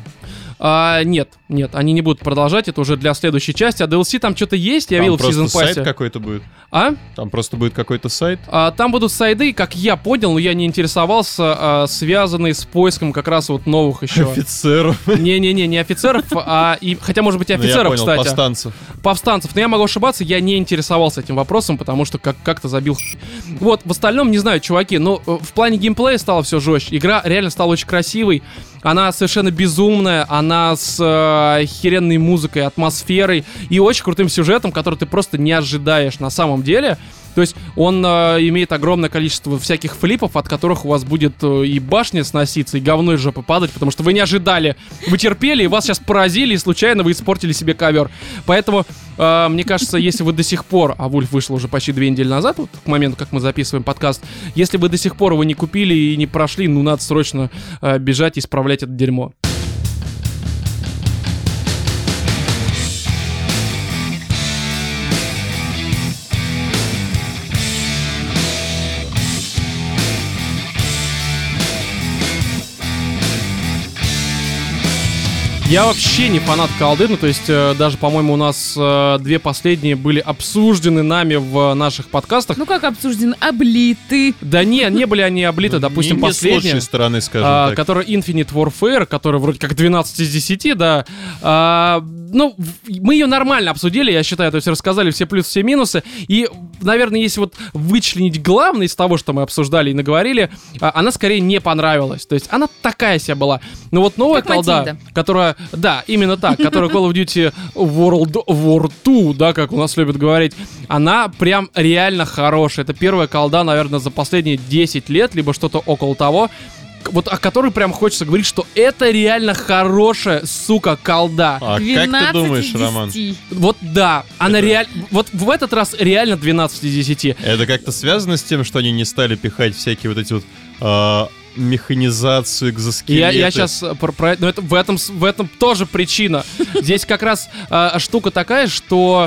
А, нет, нет, они не будут продолжать, это уже для следующей части, а ди эл си там что-то есть, я там видел в сезон просто пассе. сайт какой-то будет? А? Там просто будет какой-то сайт? А, там будут сайды, как я понял, но я не интересовался, а, связанные с поиском как раз вот новых еще. Офицеров. Не-не-не, не офицеров, а и, хотя может быть и офицеров, ну, я понял, кстати. повстанцев. Повстанцев, но я могу ошибаться, я не интересовался этим вопросом, потому что как- как-то забил. Вот, в остальном, не знаю, чуваки, но в плане геймплея стало все жестче. Игра реально стала очень красивой, она совершенно безумная, она с э, охеренной музыкой, атмосферой и очень крутым сюжетом, который ты просто не ожидаешь на самом деле. То есть он э, имеет огромное количество всяких флипов, от которых у вас будет э, и башня сноситься, и говно из жопы падать, потому что вы не ожидали. Вы терпели, и вас сейчас поразили, и случайно вы испортили себе ковер. Поэтому, э, мне кажется, если вы до сих пор, а Вульф вышел уже почти две недели назад, вот, к моменту, как мы записываем подкаст, если вы до сих пор его не купили и не прошли, ну, надо срочно э, бежать и исправлять это дерьмо. Я вообще не фанат колды, ну то есть э, даже, по-моему, у нас э, две последние были обсуждены нами в наших подкастах. Ну как обсуждены? Облиты. Да не, не были они облиты, допустим, не, не последняя. с лучшей стороны, скажем а, так. Которая Infinite Warfare, которая вроде как двенадцать из десяти, да. А, ну, мы ее нормально обсудили, я считаю, то есть рассказали все плюсы, все минусы. И, наверное, если вот вычленить главное из того, что мы обсуждали и наговорили, а, она скорее не понравилась. То есть она такая себе была. Но вот новая как колда, Матильда. которая, да, именно так, которая Call of Duty World War два, да, как у нас любят говорить, она прям реально хорошая. Это первая колда, наверное, за последние десять лет, либо что-то около того, вот о которой прям хочется говорить, что это реально хорошая, сука, колда. А как ты думаешь, Роман? Вот да, она Это- реально, вот в этот раз реально двенадцать из десяти. Это как-то связано с тем, что они не стали пихать всякие вот эти вот а, механизацию, Я, экзоскелеты? я сейчас про, про- ну это в этом с- в этом тоже причина. Здесь как раз а, штука такая, что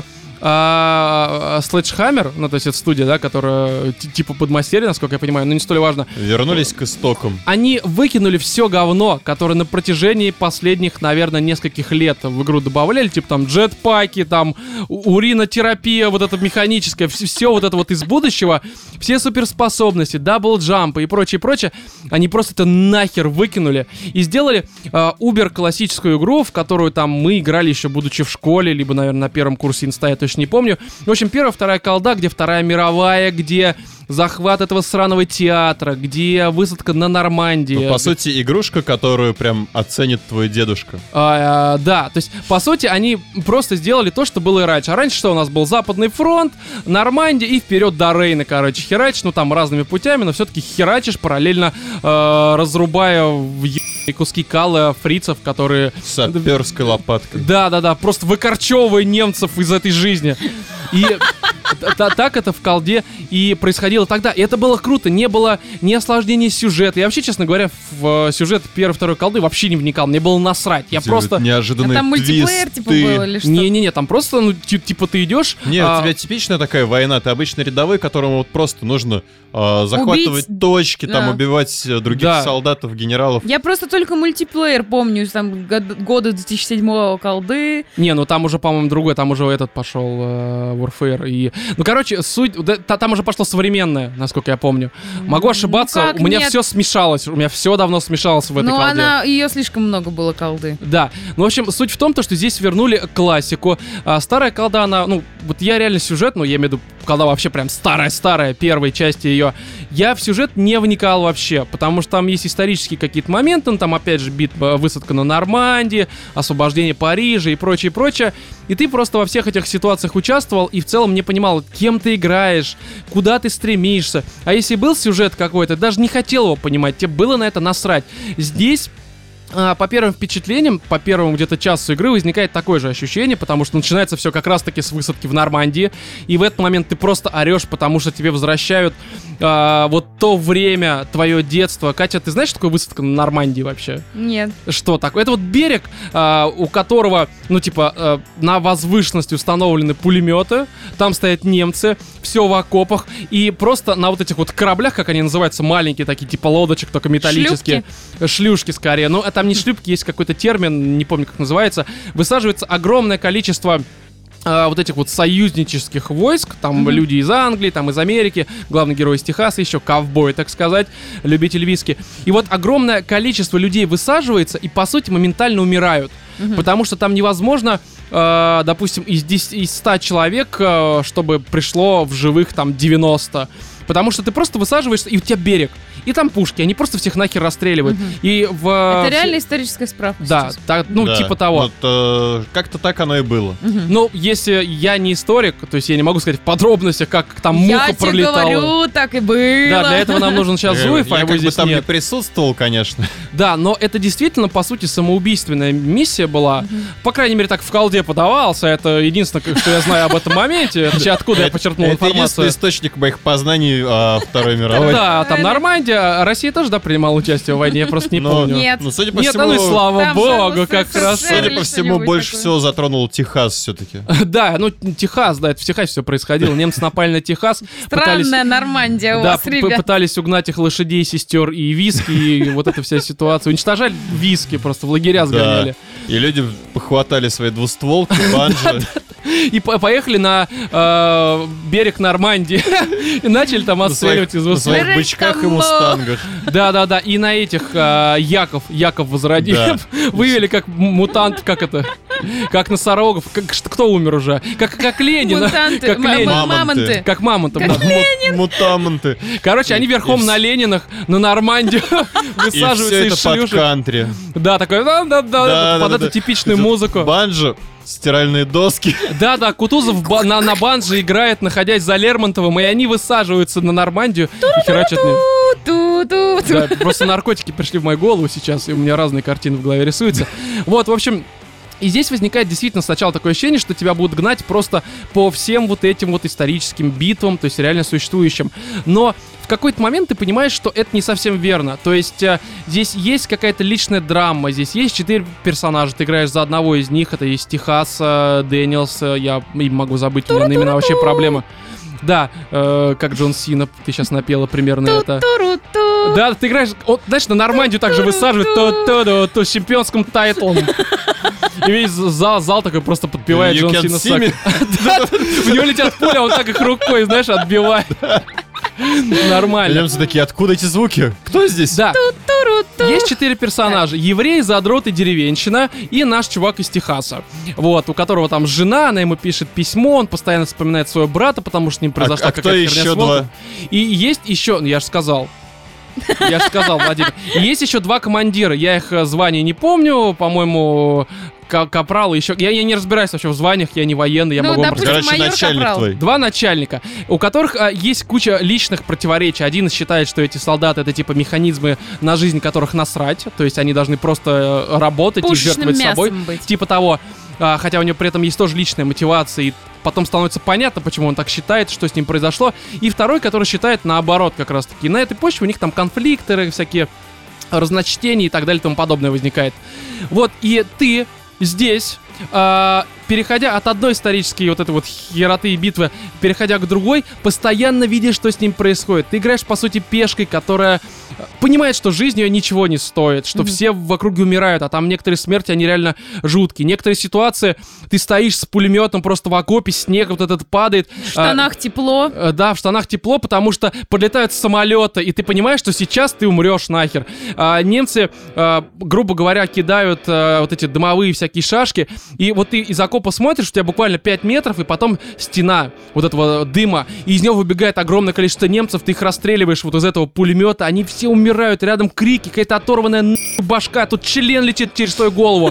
а, Sledgehammer, ну то есть это студия, да, которая т- типа подмастерье, насколько я понимаю, но не столь важно. Вернулись к истокам. Они выкинули все говно, которое на протяжении последних, наверное, нескольких лет в игру добавляли, типа там джетпаки, там у- уринотерапия, вот это механическое, все вот это вот из будущего, все суперспособности, даблджампы и прочее, прочее, они просто это нахер выкинули и сделали э, убер классическую игру, в которую там мы играли еще будучи в школе, либо, наверное, на первом курсе инста, я точно не помню. В общем, первая, вторая колда, где Вторая мировая, где захват этого сраного театра, где высадка на Нормандии. Ну, по сути, игрушка, которую прям оценит твой дедушка. А, а, да, то есть, по сути, они просто сделали то, что было и раньше. А раньше что у нас был? Западный фронт, Нормандия и вперед до Рейна, короче, херачишь, ну там разными путями, но все-таки херачишь, параллельно э, разрубая в ебаные куски кала фрицев, которые... Саперской лопаткой. Да-да-да, просто выкорчевывая немцев из этой жизни. И т- так это в колде и происходило тогда. И это было круто, не было ни осложнения сюжета. Я вообще, честно говоря, в сюжет первой, второй колды вообще не вникал. Мне было насрать. Я Эти просто... вот неожиданные А там мультиплеер твисты. типа был или что? Не-не-не, там просто, ну, ти- типа ты идешь... Не, а, у тебя типичная такая война. Ты обычно рядовой, которому вот просто нужно а, захватывать Убить. точки, там Да. убивать э, других Да. солдатов, генералов. Я просто только мультиплеер помню, из там год- года две тысячи седьмого колды. Не, ну там уже, по-моему, другой, там уже этот пошел э, Warfare и... Ну, короче, суть... да, та- там уже пошло современное, насколько я помню. Могу ошибаться, Ну как у меня нет? все смешалось, у меня все давно смешалось в этой Но колде. она, ее слишком много было колды. Да, ну, в общем, суть в том, то, что здесь вернули классику. А, старая колда, она, ну, вот я реально сюжет, ну, я имею в виду, колда вообще прям старая-старая, первой части ее, я в сюжет не вникал вообще, потому что там есть исторические какие-то моменты, ну, там, опять же, битва, высадка на Нормандии, освобождение Парижа и прочее, прочее, и ты просто во всех этих ситуациях участвовал и в целом не понимал, кем ты играешь, куда ты стремишься, а если был сюжет какой-то, даже не хотел его понимать, тебе было на это насрать. Здесь... А, по первым впечатлениям, по первому где-то часу игры возникает такое же ощущение, потому что начинается все как раз-таки с высадки в Нормандии, и в этот момент ты просто орешь, потому что тебе возвращают а, вот то время, твое детство. Катя, ты знаешь, что такое высадка на Нормандии вообще? Нет. Что такое? Это вот берег, а, у которого, ну, типа, а, на возвышенности установлены пулеметы, там стоят немцы, все в окопах, и просто на вот этих вот кораблях, как они называются, маленькие такие, типа лодочек, только металлические. Шлюшки, скорее. Ну, там не шлюпки, есть какой-то термин, не помню, как называется. Высаживается огромное количество а, вот этих вот союзнических войск, там Мгм. люди из Англии, там из Америки, главный герой из Техаса, еще ковбой, так сказать, любитель виски. И вот огромное количество людей высаживается и, по сути, моментально умирают. Мгм. Потому что там невозможно, э, допустим, из десяти, из ста человек, э, чтобы пришло в живых там девяносто. Потому что ты просто высаживаешься, и у тебя берег. И там пушки, они просто всех нахер расстреливают. Мгм. И в... Это реально историческая справка. Да, сейчас. так, ну, Да. типа того. Вот э, как-то так оно и было. Мгм. Ну, если я не историк, то есть я не могу сказать в подробностях, как там муха Я тебе пролетала. говорю, так и было. Да, для этого нам нужен сейчас Я- Зуев, а я его как бы здесь там не нет. присутствовал, конечно. Да, но это действительно, по сути, самоубийственная миссия была. По крайней мере, так в колде подавался. Это единственное, что я знаю об этом моменте. Это откуда я Это- почерпнул Это информацию. единственный источник моих познаний о Второй мировой. Да, там Нормандия, а Россия тоже, да, принимала участие в войне? Я просто не Но- помню. Нет. Ну, судя по Нет, всему, ну и слава Там богу, же как СССР. хорошо. судя Или по всему, что-нибудь больше такое. всего затронул Техас все-таки. Да, ну Техас, да, это в Техасе все происходило. Немцы напали на Техас, пытались... Странная Нормандия у Да, вас, п- ребят. пытались угнать их лошадей, сестер и виски, и вот эта вся ситуация. Уничтожали виски, просто в лагеря сгоняли. И люди похватали свои двустволки, банджи. И по- поехали на э, берег Нормандии и начали там на своих, отстреливать из на высоты. своих бычках и мустангах. Да-да-да, и на этих э, Яков, Яков возродили. Да. Вывели как м- мутант, как это, как носорогов. Как, что- кто умер уже? Как, как Ленин. Мутанты, Как м- м- Ленин. мамонты. Как мамонтов, Как да. Му- Мутамонты. Короче, они верхом И на вс- Ленинах, на Нормандию И высаживаются все из это под шлюшек. кантри. Да, такой, да-да-да, Да, под да, эту да. типичную Тут музыку. Банджо, стиральные доски. Да-да, Кутузов ба- на, на банже играет, находясь за Лермонтовым, и они высаживаются на Нормандию и херачат. мне. Ту-ту-ту. Да, просто наркотики пришли в мою голову сейчас, и у меня разные картины в голове рисуются. Вот, в общем, и здесь возникает действительно сначала такое ощущение, что тебя будут гнать просто по всем вот этим вот историческим битвам, то есть реально существующим. Но в какой-то момент ты понимаешь, что это не совсем верно. То есть э, здесь есть какая-то личная драма, здесь есть четыре персонажа, ты играешь за одного из них, это есть Техас, э, Дэниелс, э, я им могу забыть, у меня на имена вообще проблема. Да, э, как Джон Сина, ты сейчас напела примерно это. Ту-ру-ту. Да, ты играешь, вот, знаешь, на Нормандию также высаживают, то, то, то, то с чемпионским тайтлом. И весь зал, зал такой просто подпевает You Джон can Сина. see me. Да, у него летят пули, а он так их рукой, знаешь, отбивает. Нормально. Немцы такие, откуда эти звуки? Кто здесь? Да, Ту-ру-ту. есть четыре персонажа. Еврей, задрот и деревенщина. И наш чувак из Техаса. Вот, у которого там жена, она ему пишет письмо, он постоянно вспоминает своего брата, потому что с ним произошла а кто какая-то херня еще с волком. два? И есть еще, ну я же сказал. Я же сказал, Владимир. И есть еще два командира. Я их э, звания не помню. По-моему, ка- капрал и еще. Я, я не разбираюсь вообще в званиях, я не военный, я Ну, могу вам допустим, рассказать. Короче, майор начальник Капрал. твой. Два начальника, у которых а, есть куча личных противоречий. Один считает, что эти солдаты это типа механизмы, на жизнь которых насрать. То есть они должны просто э, работать и Пушечным жертвовать собой. мясом быть. Типа того. А, хотя у него при этом есть тоже личная мотивация, и потом становится понятно, почему он так считает, что с ним произошло. И второй, который считает наоборот как раз-таки. И на этой почве у них там конфликты, всякие разночтения и так далее и тому подобное возникает. Вот, и ты здесь, а, переходя от одной исторической вот этой вот хероты и битвы, переходя к другой, постоянно видишь, что с ним происходит. Ты играешь, по сути, пешкой, которая понимает, что жизнь ее ничего не стоит, что Мгм. все в округе умирают, а там некоторые смерти, они реально жуткие. Некоторые ситуации, ты стоишь с пулеметом просто в окопе, снег вот этот падает. В штанах тепло. Э, Да, в штанах тепло, потому что подлетают самолеты, и ты понимаешь, что сейчас ты умрешь нахер. А, немцы, а, грубо говоря, кидают а, вот эти дымовые всякие шашки, и вот ты из окопа смотришь, у тебя буквально пять метров, и потом стена вот этого дыма, и из него выбегает огромное количество немцев, ты их расстреливаешь вот из этого пулемета, они все умирают, рядом крики, какая-то оторванная нахуй башка, тут член летит через твою голову.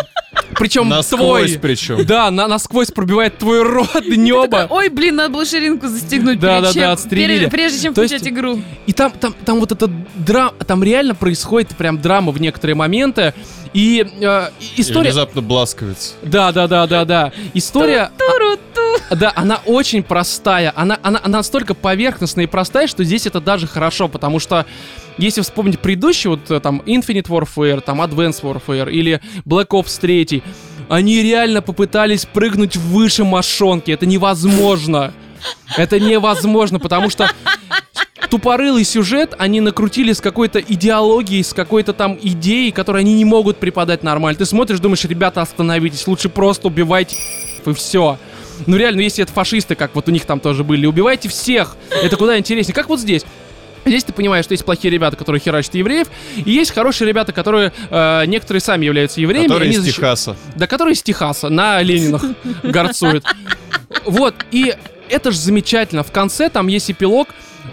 Причем Насквозь твой. причем. Да, на, насквозь пробивает твой рот, небо. Ой, блин, надо было ширинку застегнуть. Да, перед да, чем- да, отстрелили. пере- Прежде чем То есть- включать игру. И там, там, там вот эта драма, там реально происходит прям драма в некоторые моменты. И э, И история... внезапно бласковец. Да, да, да, да, да. История... Ту-ру-ту. Да, она очень простая. Она, она, она настолько поверхностная и простая, что здесь это даже хорошо, потому что если вспомнить предыдущий, вот э, там Infinite Warfare, там Advanced Warfare или Black Ops три, они реально попытались прыгнуть выше мошонки. Это невозможно. Это невозможно, потому что тупорылый сюжет они накрутили с какой-то идеологией, с какой-то там идеей, которую они не могут преподать нормально. Ты смотришь, думаешь, ребята, остановитесь, лучше просто убивайте и все. Ну реально, если это фашисты, как вот у них там тоже были, убивайте всех. Это куда интереснее. Как вот здесь. Здесь ты понимаешь, что есть плохие ребята, которые херачат евреев, и есть хорошие ребята, которые э, некоторые сами являются евреями. Который они из защ- Техаса. Да, которые из Техаса, на Ленинах горцуют. Вот, и это же замечательно. В конце там есть эпилог,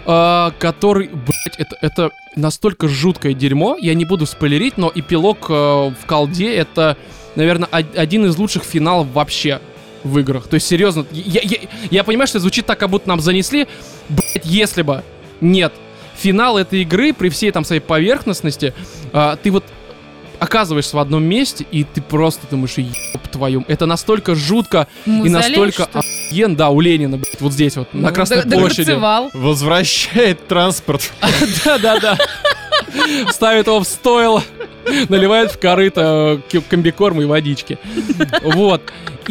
э, который, блять, это, это настолько жуткое дерьмо. Я не буду спойлерить, но эпилог э, в колде это, наверное, од- один из лучших финалов вообще в играх. То есть, серьезно, я, я, я понимаю, что это звучит так, как будто нам занесли. Блять, если бы. Нет. Финал этой игры, при всей там своей поверхностности, э, ты вот оказываешься в одном месте, и ты просто думаешь, ёб твою. Это настолько жутко и Мавзолей, настолько что ли? охуенно, да, у Ленина, блядь, вот здесь вот, на Красной площади. Догорцевал. Возвращает транспорт. Да-да-да. Ставит его в стойло, наливает в корыто э, комбикорм и водички. Вот.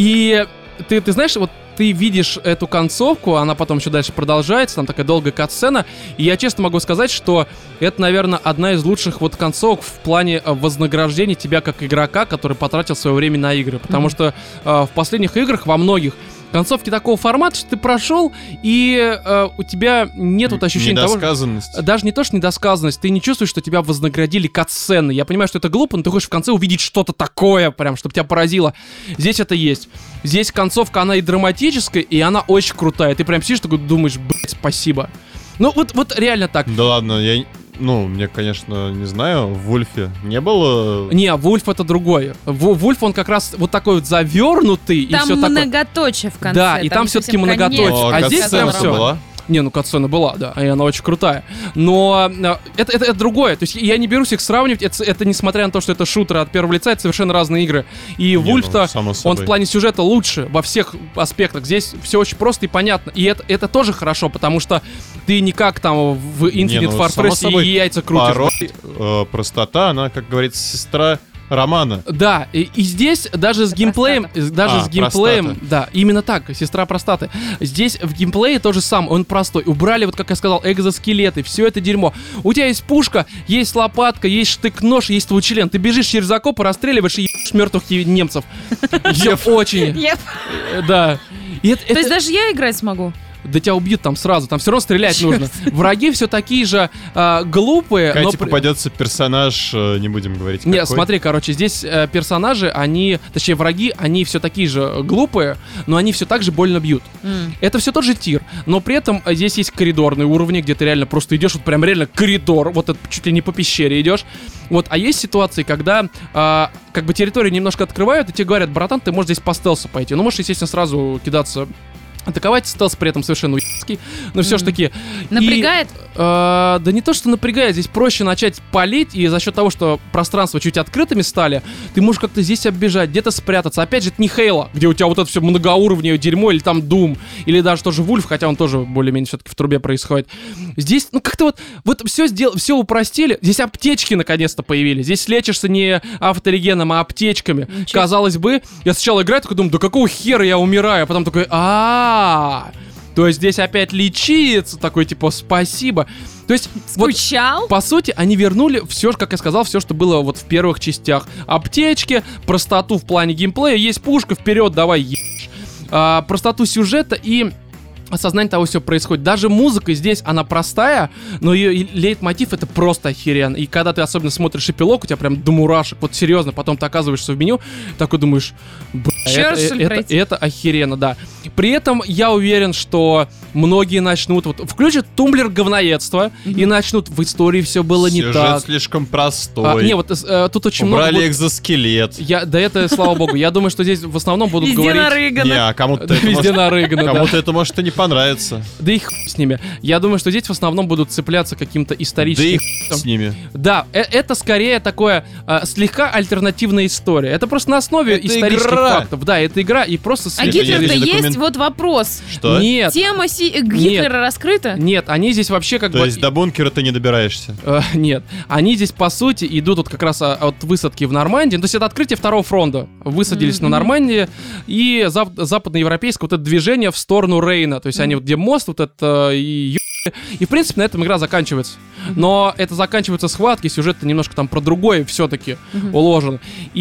И ты, ты знаешь, вот ты видишь эту концовку, она потом еще дальше продолжается, там такая долгая катсцена, и я честно могу сказать, что это, наверное, одна из лучших вот концовок в плане вознаграждения тебя как игрока, который потратил свое время на игры, потому mm-hmm. что э, в последних играх, во многих, концовки такого формата, что ты прошел, и э, у тебя нет вот ощущения того... Недосказанность. Даже не то, что недосказанность, ты не чувствуешь, что тебя вознаградили катсцены. Я понимаю, что это глупо, но ты хочешь в конце увидеть что-то такое, прям, чтобы тебя поразило. Здесь это есть. Здесь концовка, она и драматическая, и она очень крутая. Ты прям сидишь, такой думаешь, блядь, спасибо. Ну, вот, вот реально так. Да ладно, я... Ну, мне, конечно, не знаю, в Вульфе не было... Не, Вульф это другой. Вульф, он как раз вот такой вот завернутый и все такое. Там многоточие в конце. Да, и там, там все-таки многоточие. О, а здесь прям все. Была? Не, ну катсцена была, да, и она очень крутая. Но э, это, это, это другое. То есть я не берусь их сравнивать. Это, это несмотря на то, что это шутеры от первого лица, это совершенно разные игры. И Вульф-то, ну, он в плане сюжета лучше во всех аспектах. Здесь все очень просто и понятно. И это, это тоже хорошо, потому что ты не как там в Infinite не, ну, Warfare и яйца крутишь. Порой э, простота, она, как говорится, сестра романа. Да, и, и здесь даже с геймплеем, Простата. даже а, с геймплеем, простата. Да, именно так, сестра простаты. Здесь в геймплее то же самое, он простой. Убрали, вот как я сказал, экзоскелеты, все это дерьмо. У тебя есть пушка, есть лопатка, есть штык-нож, есть твой член. Ты бежишь через окоп, расстреливаешь и ебешь мертвых немцев. Все очень. Да. То есть даже я играть смогу? Да тебя убьют там сразу, там все равно стрелять нужно. Враги все такие же э, глупые. Кате но... попадется персонаж, э, не будем говорить какой. Не, смотри, короче, здесь э, персонажи, они, точнее враги, они все такие же глупые, но они все так же больно бьют. Mm. Это все тот же тир, но при этом здесь есть коридорные уровни, где ты реально просто идешь, вот прям реально коридор, вот это чуть ли не по пещере идешь. Вот, а есть ситуации, когда э, как бы территорию немножко открывают, и тебе говорят, братан, ты можешь здесь по стелсу пойти. Ну, можешь, естественно, сразу кидаться... Атаковать, стелс при этом совершенно уебский, но все ж таки... Напрягает? И, э, да не то, что напрягает, здесь проще начать палить, и за счет того, что пространства чуть открытыми стали, ты можешь как-то здесь оббежать, где-то спрятаться. Опять же, это не Хейла, где у тебя вот это все многоуровневое дерьмо, или там Doom, или даже тоже Вульф, хотя он тоже более-менее все-таки в трубе происходит. Здесь, ну как-то вот, вот все, сдел... все упростили, здесь аптечки наконец-то появились, здесь лечишься не авторегеном, а аптечками. Ничего. Казалось бы, я сначала играю, такой думаю, да какого хера я умираю, а потом такой, а то есть здесь опять лечиться, такой типа спасибо. То есть скучал? Вот, по сути, они вернули все, как я сказал, все, что было вот в первых частях. Аптечки, простоту в плане геймплея, есть пушка, вперед, давай ешь. А, простоту сюжета и осознание того, что происходит. Даже музыка здесь, она простая, но ее лейтмотив это просто охеренно. И когда ты особенно смотришь эпилог, у тебя прям до мурашек, вот серьезно, потом ты оказываешься в меню, такой думаешь, бля, это, это, это, это охеренно, да. При этом я уверен, что многие начнут, вот включат тумблер говноедства mm-hmm. и начнут, в истории все было Сюжет не так. слишком простой. А, не, вот э, тут очень Убрали много... Убрали экзоскелет. Я, да это, слава богу, я думаю, что здесь в основном будут Везде говорить... нарыгано. Не, а кому-то это Везде может... нарыгано, да. Кому-то это может и не понравится. Да и хуй с ними. Я думаю, что здесь в основном будут цепляться каким-то историческим... Да и хуй с ними. Да, э- это скорее такое э, слегка альтернативная история. Это просто на основе это исторических игра. фактов. Да, это игра и просто... А Гитлер-то есть, вот вопрос. Что? Нет. Тема си- Гитлера Нет. раскрыта? Нет, они здесь вообще как То бы... есть до бункера ты не добираешься? Э, нет. Они здесь, по сути, идут вот как раз а, от высадки в Нормандии. То есть это открытие второго фронта. Высадились mm-hmm. на Нормандии. И зап- западноевропейское вот это движение в сторону Рейна. То есть mm-hmm. они вот где мост, вот это и... И, в принципе, на этом игра заканчивается. Но это заканчивается схватки, сюжет немножко там про другое все-таки uh-huh. уложен.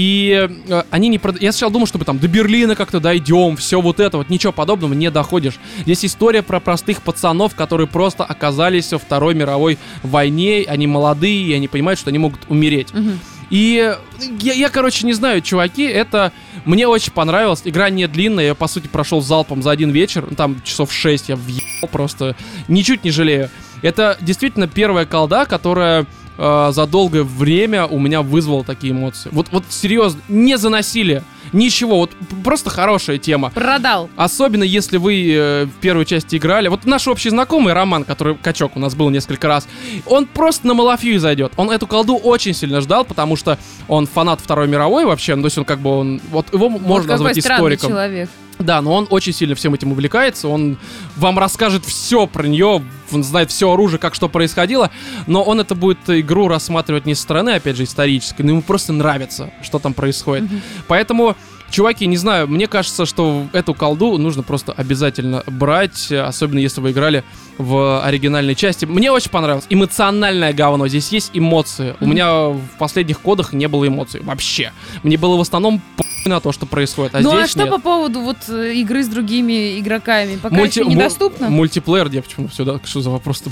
И э, они не... Прод... Я сначала думал, чтобы там до Берлина как-то дойдем, все вот это вот, ничего подобного, не доходишь. Здесь история про простых пацанов, которые просто оказались во Второй мировой войне, они молодые, и они понимают, что они могут умереть. Uh-huh. И я, я, короче, не знаю, чуваки, это мне очень понравилось. Игра не длинная, я, по сути, прошел залпом за один вечер, там часов шесть, я въебал просто, ничуть не жалею. Это действительно первая колда, которая э, за долгое время у меня вызвала такие эмоции. Вот, вот серьезно, не заносили. Ничего, вот просто хорошая тема. Продал. Особенно, если вы э, в первой части играли. Вот наш общий знакомый Роман, который качок у нас был несколько раз, он просто на Малафью зайдет. Он эту колду очень сильно ждал, потому что он фанат Второй мировой вообще. Ну, то есть он как бы, он, вот его вот можно назвать историком. Человек. Да, но он очень сильно всем этим увлекается, он вам расскажет все про нее, он знает все оружие, как что происходило, но он это будет игру рассматривать не со стороны, опять же, исторической, но ему просто нравится, что там происходит. Mm-hmm. Поэтому, чуваки, не знаю, мне кажется, что эту колду нужно просто обязательно брать, особенно если вы играли в оригинальной части. Мне очень понравилось. Эмоциональное говно, здесь есть эмоции. Mm-hmm. У меня в последних кодах не было эмоций вообще. Мне было в основном на то, что происходит, а ну здесь а что нет. по поводу вот игры с другими игроками? Пока Мульти... еще недоступно? М- мультиплеер, я почему сюда, что за вопрос-то?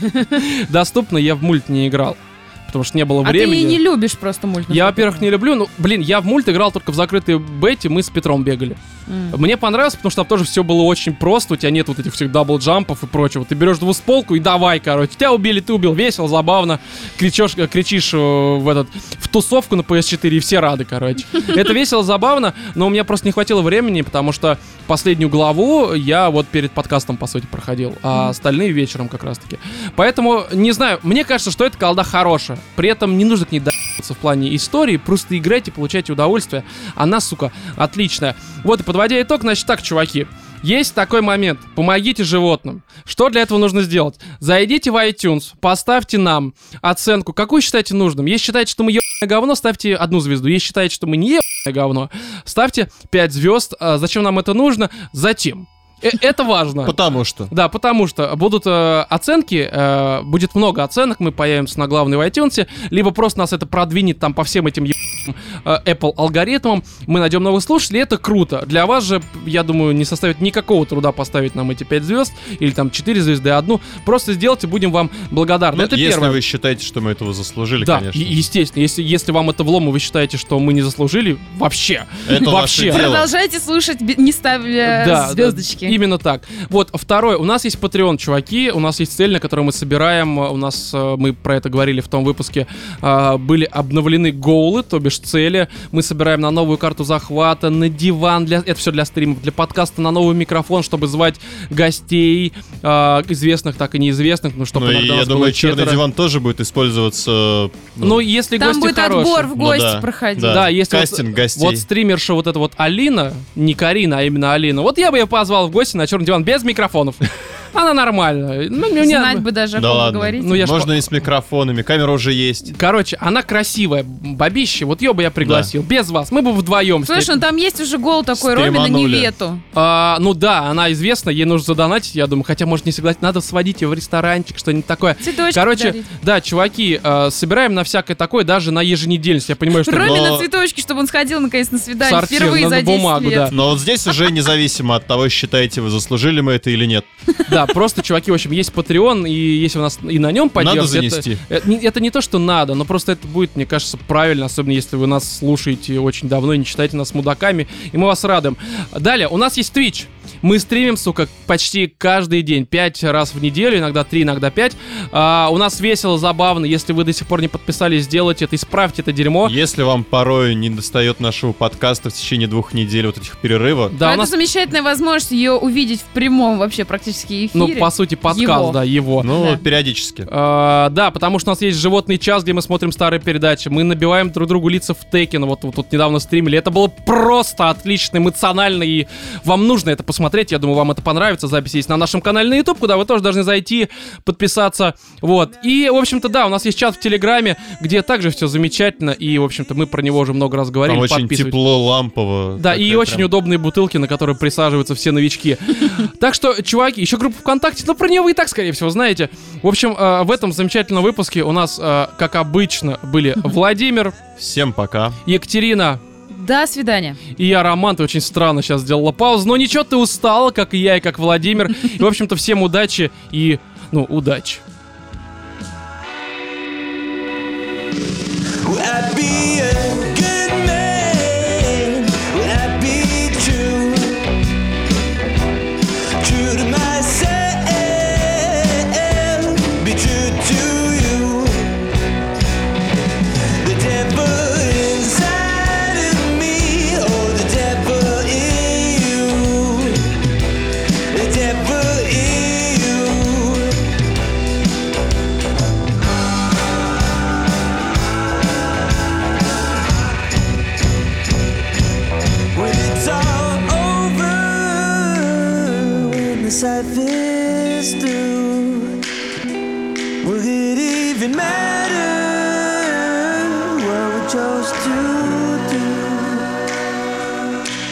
Доступно, я в мульт не играл. Потому что не было времени. А ты не любишь просто мульт? Я, во-первых, не люблю. Ну, блин, я в мульт играл только в закрытой бете, мы с Петром бегали. Mm. Мне понравилось, потому что там тоже все было очень просто. У тебя нет вот этих всех дабл-джампов и прочего. Ты берешь двустволку и давай, короче. Тебя убили, ты убил. Весело, забавно. Кричешь, кричишь в этот в тусовку на пи эс четыре, и все рады, короче. Это весело, забавно, но у меня просто не хватило времени, потому что последнюю главу я вот перед подкастом, по сути, проходил, а mm. остальные вечером как раз-таки. Поэтому, не знаю, мне кажется, что эта колда хорошая. При этом не нужно к ней доебаться в плане истории, просто играйте, получайте удовольствие. Она, сука, отличная. Вот и подводя итог, значит так, чуваки. Есть такой момент. Помогите животным. Что для этого нужно сделать? Зайдите в iTunes, поставьте нам оценку. Какую считаете нужным? Если считаете, что мы ебаное говно, ставьте одну звезду. Если считаете, что мы не ебаное говно, ставьте пять звезд. А зачем нам это нужно? Затем. Это важно. Потому что. Да, потому что будут э, оценки, э, будет много оценок, мы появимся на главной в iTunes, либо просто нас это продвинет там по всем этим ебаным э, Apple алгоритмам, мы найдем новых слушателей, это круто. Для вас же, я думаю, не составит никакого труда поставить нам эти пять звезд, или там четыре звезды, одну. Просто сделайте, будем вам благодарны. Это если первое. Вы считаете, что мы этого заслужили, да, конечно. Да, естественно. Если, если вам это влом, и вы считаете, что мы не заслужили, вообще. Это вообще. Продолжайте слушать, не ставя да, звездочки. Да, именно так. Вот, второе. У нас есть Patreon, чуваки. У нас есть цель, на которую мы собираем. У нас, мы про это говорили в том выпуске, были обновлены гоулы, то бишь цели. Мы собираем на новую карту захвата, на диван, для, это все для стримов, для подкаста, на новый микрофон, чтобы звать гостей, известных, так и неизвестных. Ну, чтобы ну иногда и я думаю, черный диван тоже будет использоваться. Ну, ну если там гости будет хорошие. Отбор в гости ну, да, проходить. Да, да если кастинг вот, гостей. Вот стримерша вот эта вот Алина, не Карина, а именно Алина. Вот я бы ее позвал в гости на черный диван без микрофонов. Она нормальная. Ну, Знать меня... бы даже, о да ком ладно. говорить. Ну, можно ж... и с микрофонами, камера уже есть. Короче, она красивая, бабище, вот ее бы я пригласил. Да. Без вас, мы бы вдвоем. Слушай, ну там есть уже гол такой Ромина Невету. А, ну да, она известна, ей нужно задонатить, я думаю. Хотя, может, не согласить, надо сводить ее в ресторанчик, что-нибудь такое. Цветочки Короче, подарить. Да, чуваки, э, собираем на всякое такое, даже на еженедельность. Я понимаю, что... Ромина но... цветочки, чтобы он сходил наконец на свидание. Сортир, впервые на за десять бумагу, лет. да. Но вот здесь уже независимо от того, считаете вы, заслужили мы это или нет. Да, просто, чуваки, в общем, есть Patreon, и если у нас и на нем поддержите... Надо занести. Это, это, это не то, что надо, но просто это будет, мне кажется, правильно, особенно если вы нас слушаете очень давно и не считаете нас мудаками, и мы вас радуем. Далее, у нас есть Twitch. Мы стримим, сука, почти каждый день, пять раз в неделю, иногда три, иногда пять. А, у нас весело, забавно. Если вы до сих пор не подписались, сделайте это, исправьте это дерьмо. Если вам порой не достает нашего подкаста в течение двух недель вот этих перерывов. Да, это нас... замечательная возможность ее увидеть в прямом вообще практически эфире. Ну, по сути, подкаст, его. да, его. Ну, да. периодически. А, да, потому что у нас есть «Животный час», где мы смотрим старые передачи. Мы набиваем друг другу лица в Tekken. Вот тут вот, вот недавно стримили. Это было просто отлично, эмоционально. И вам нужно это посмотреть. Я думаю, вам это понравится. Запись есть на нашем канале на YouTube, куда вы тоже должны зайти, подписаться. Вот. И, в общем-то, да, у нас есть чат в Телеграме, где также все замечательно. И, в общем-то, мы про него уже много раз говорили. Там очень тепло, лампово. Да, и очень прям... удобные бутылки, на которые присаживаются все новички. Так что, чуваки, еще группа ВКонтакте, но про нее вы и так, скорее всего, знаете. В общем, в этом замечательном выпуске у нас, как обычно, были Владимир. Всем пока. Екатерина. До свидания. И я, Роман, ты очень странно сейчас сделала паузу, но ничего, ты устала, как и я, и как Владимир. И, в общем-то, всем удачи и, ну, удачи.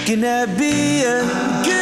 Can that be a good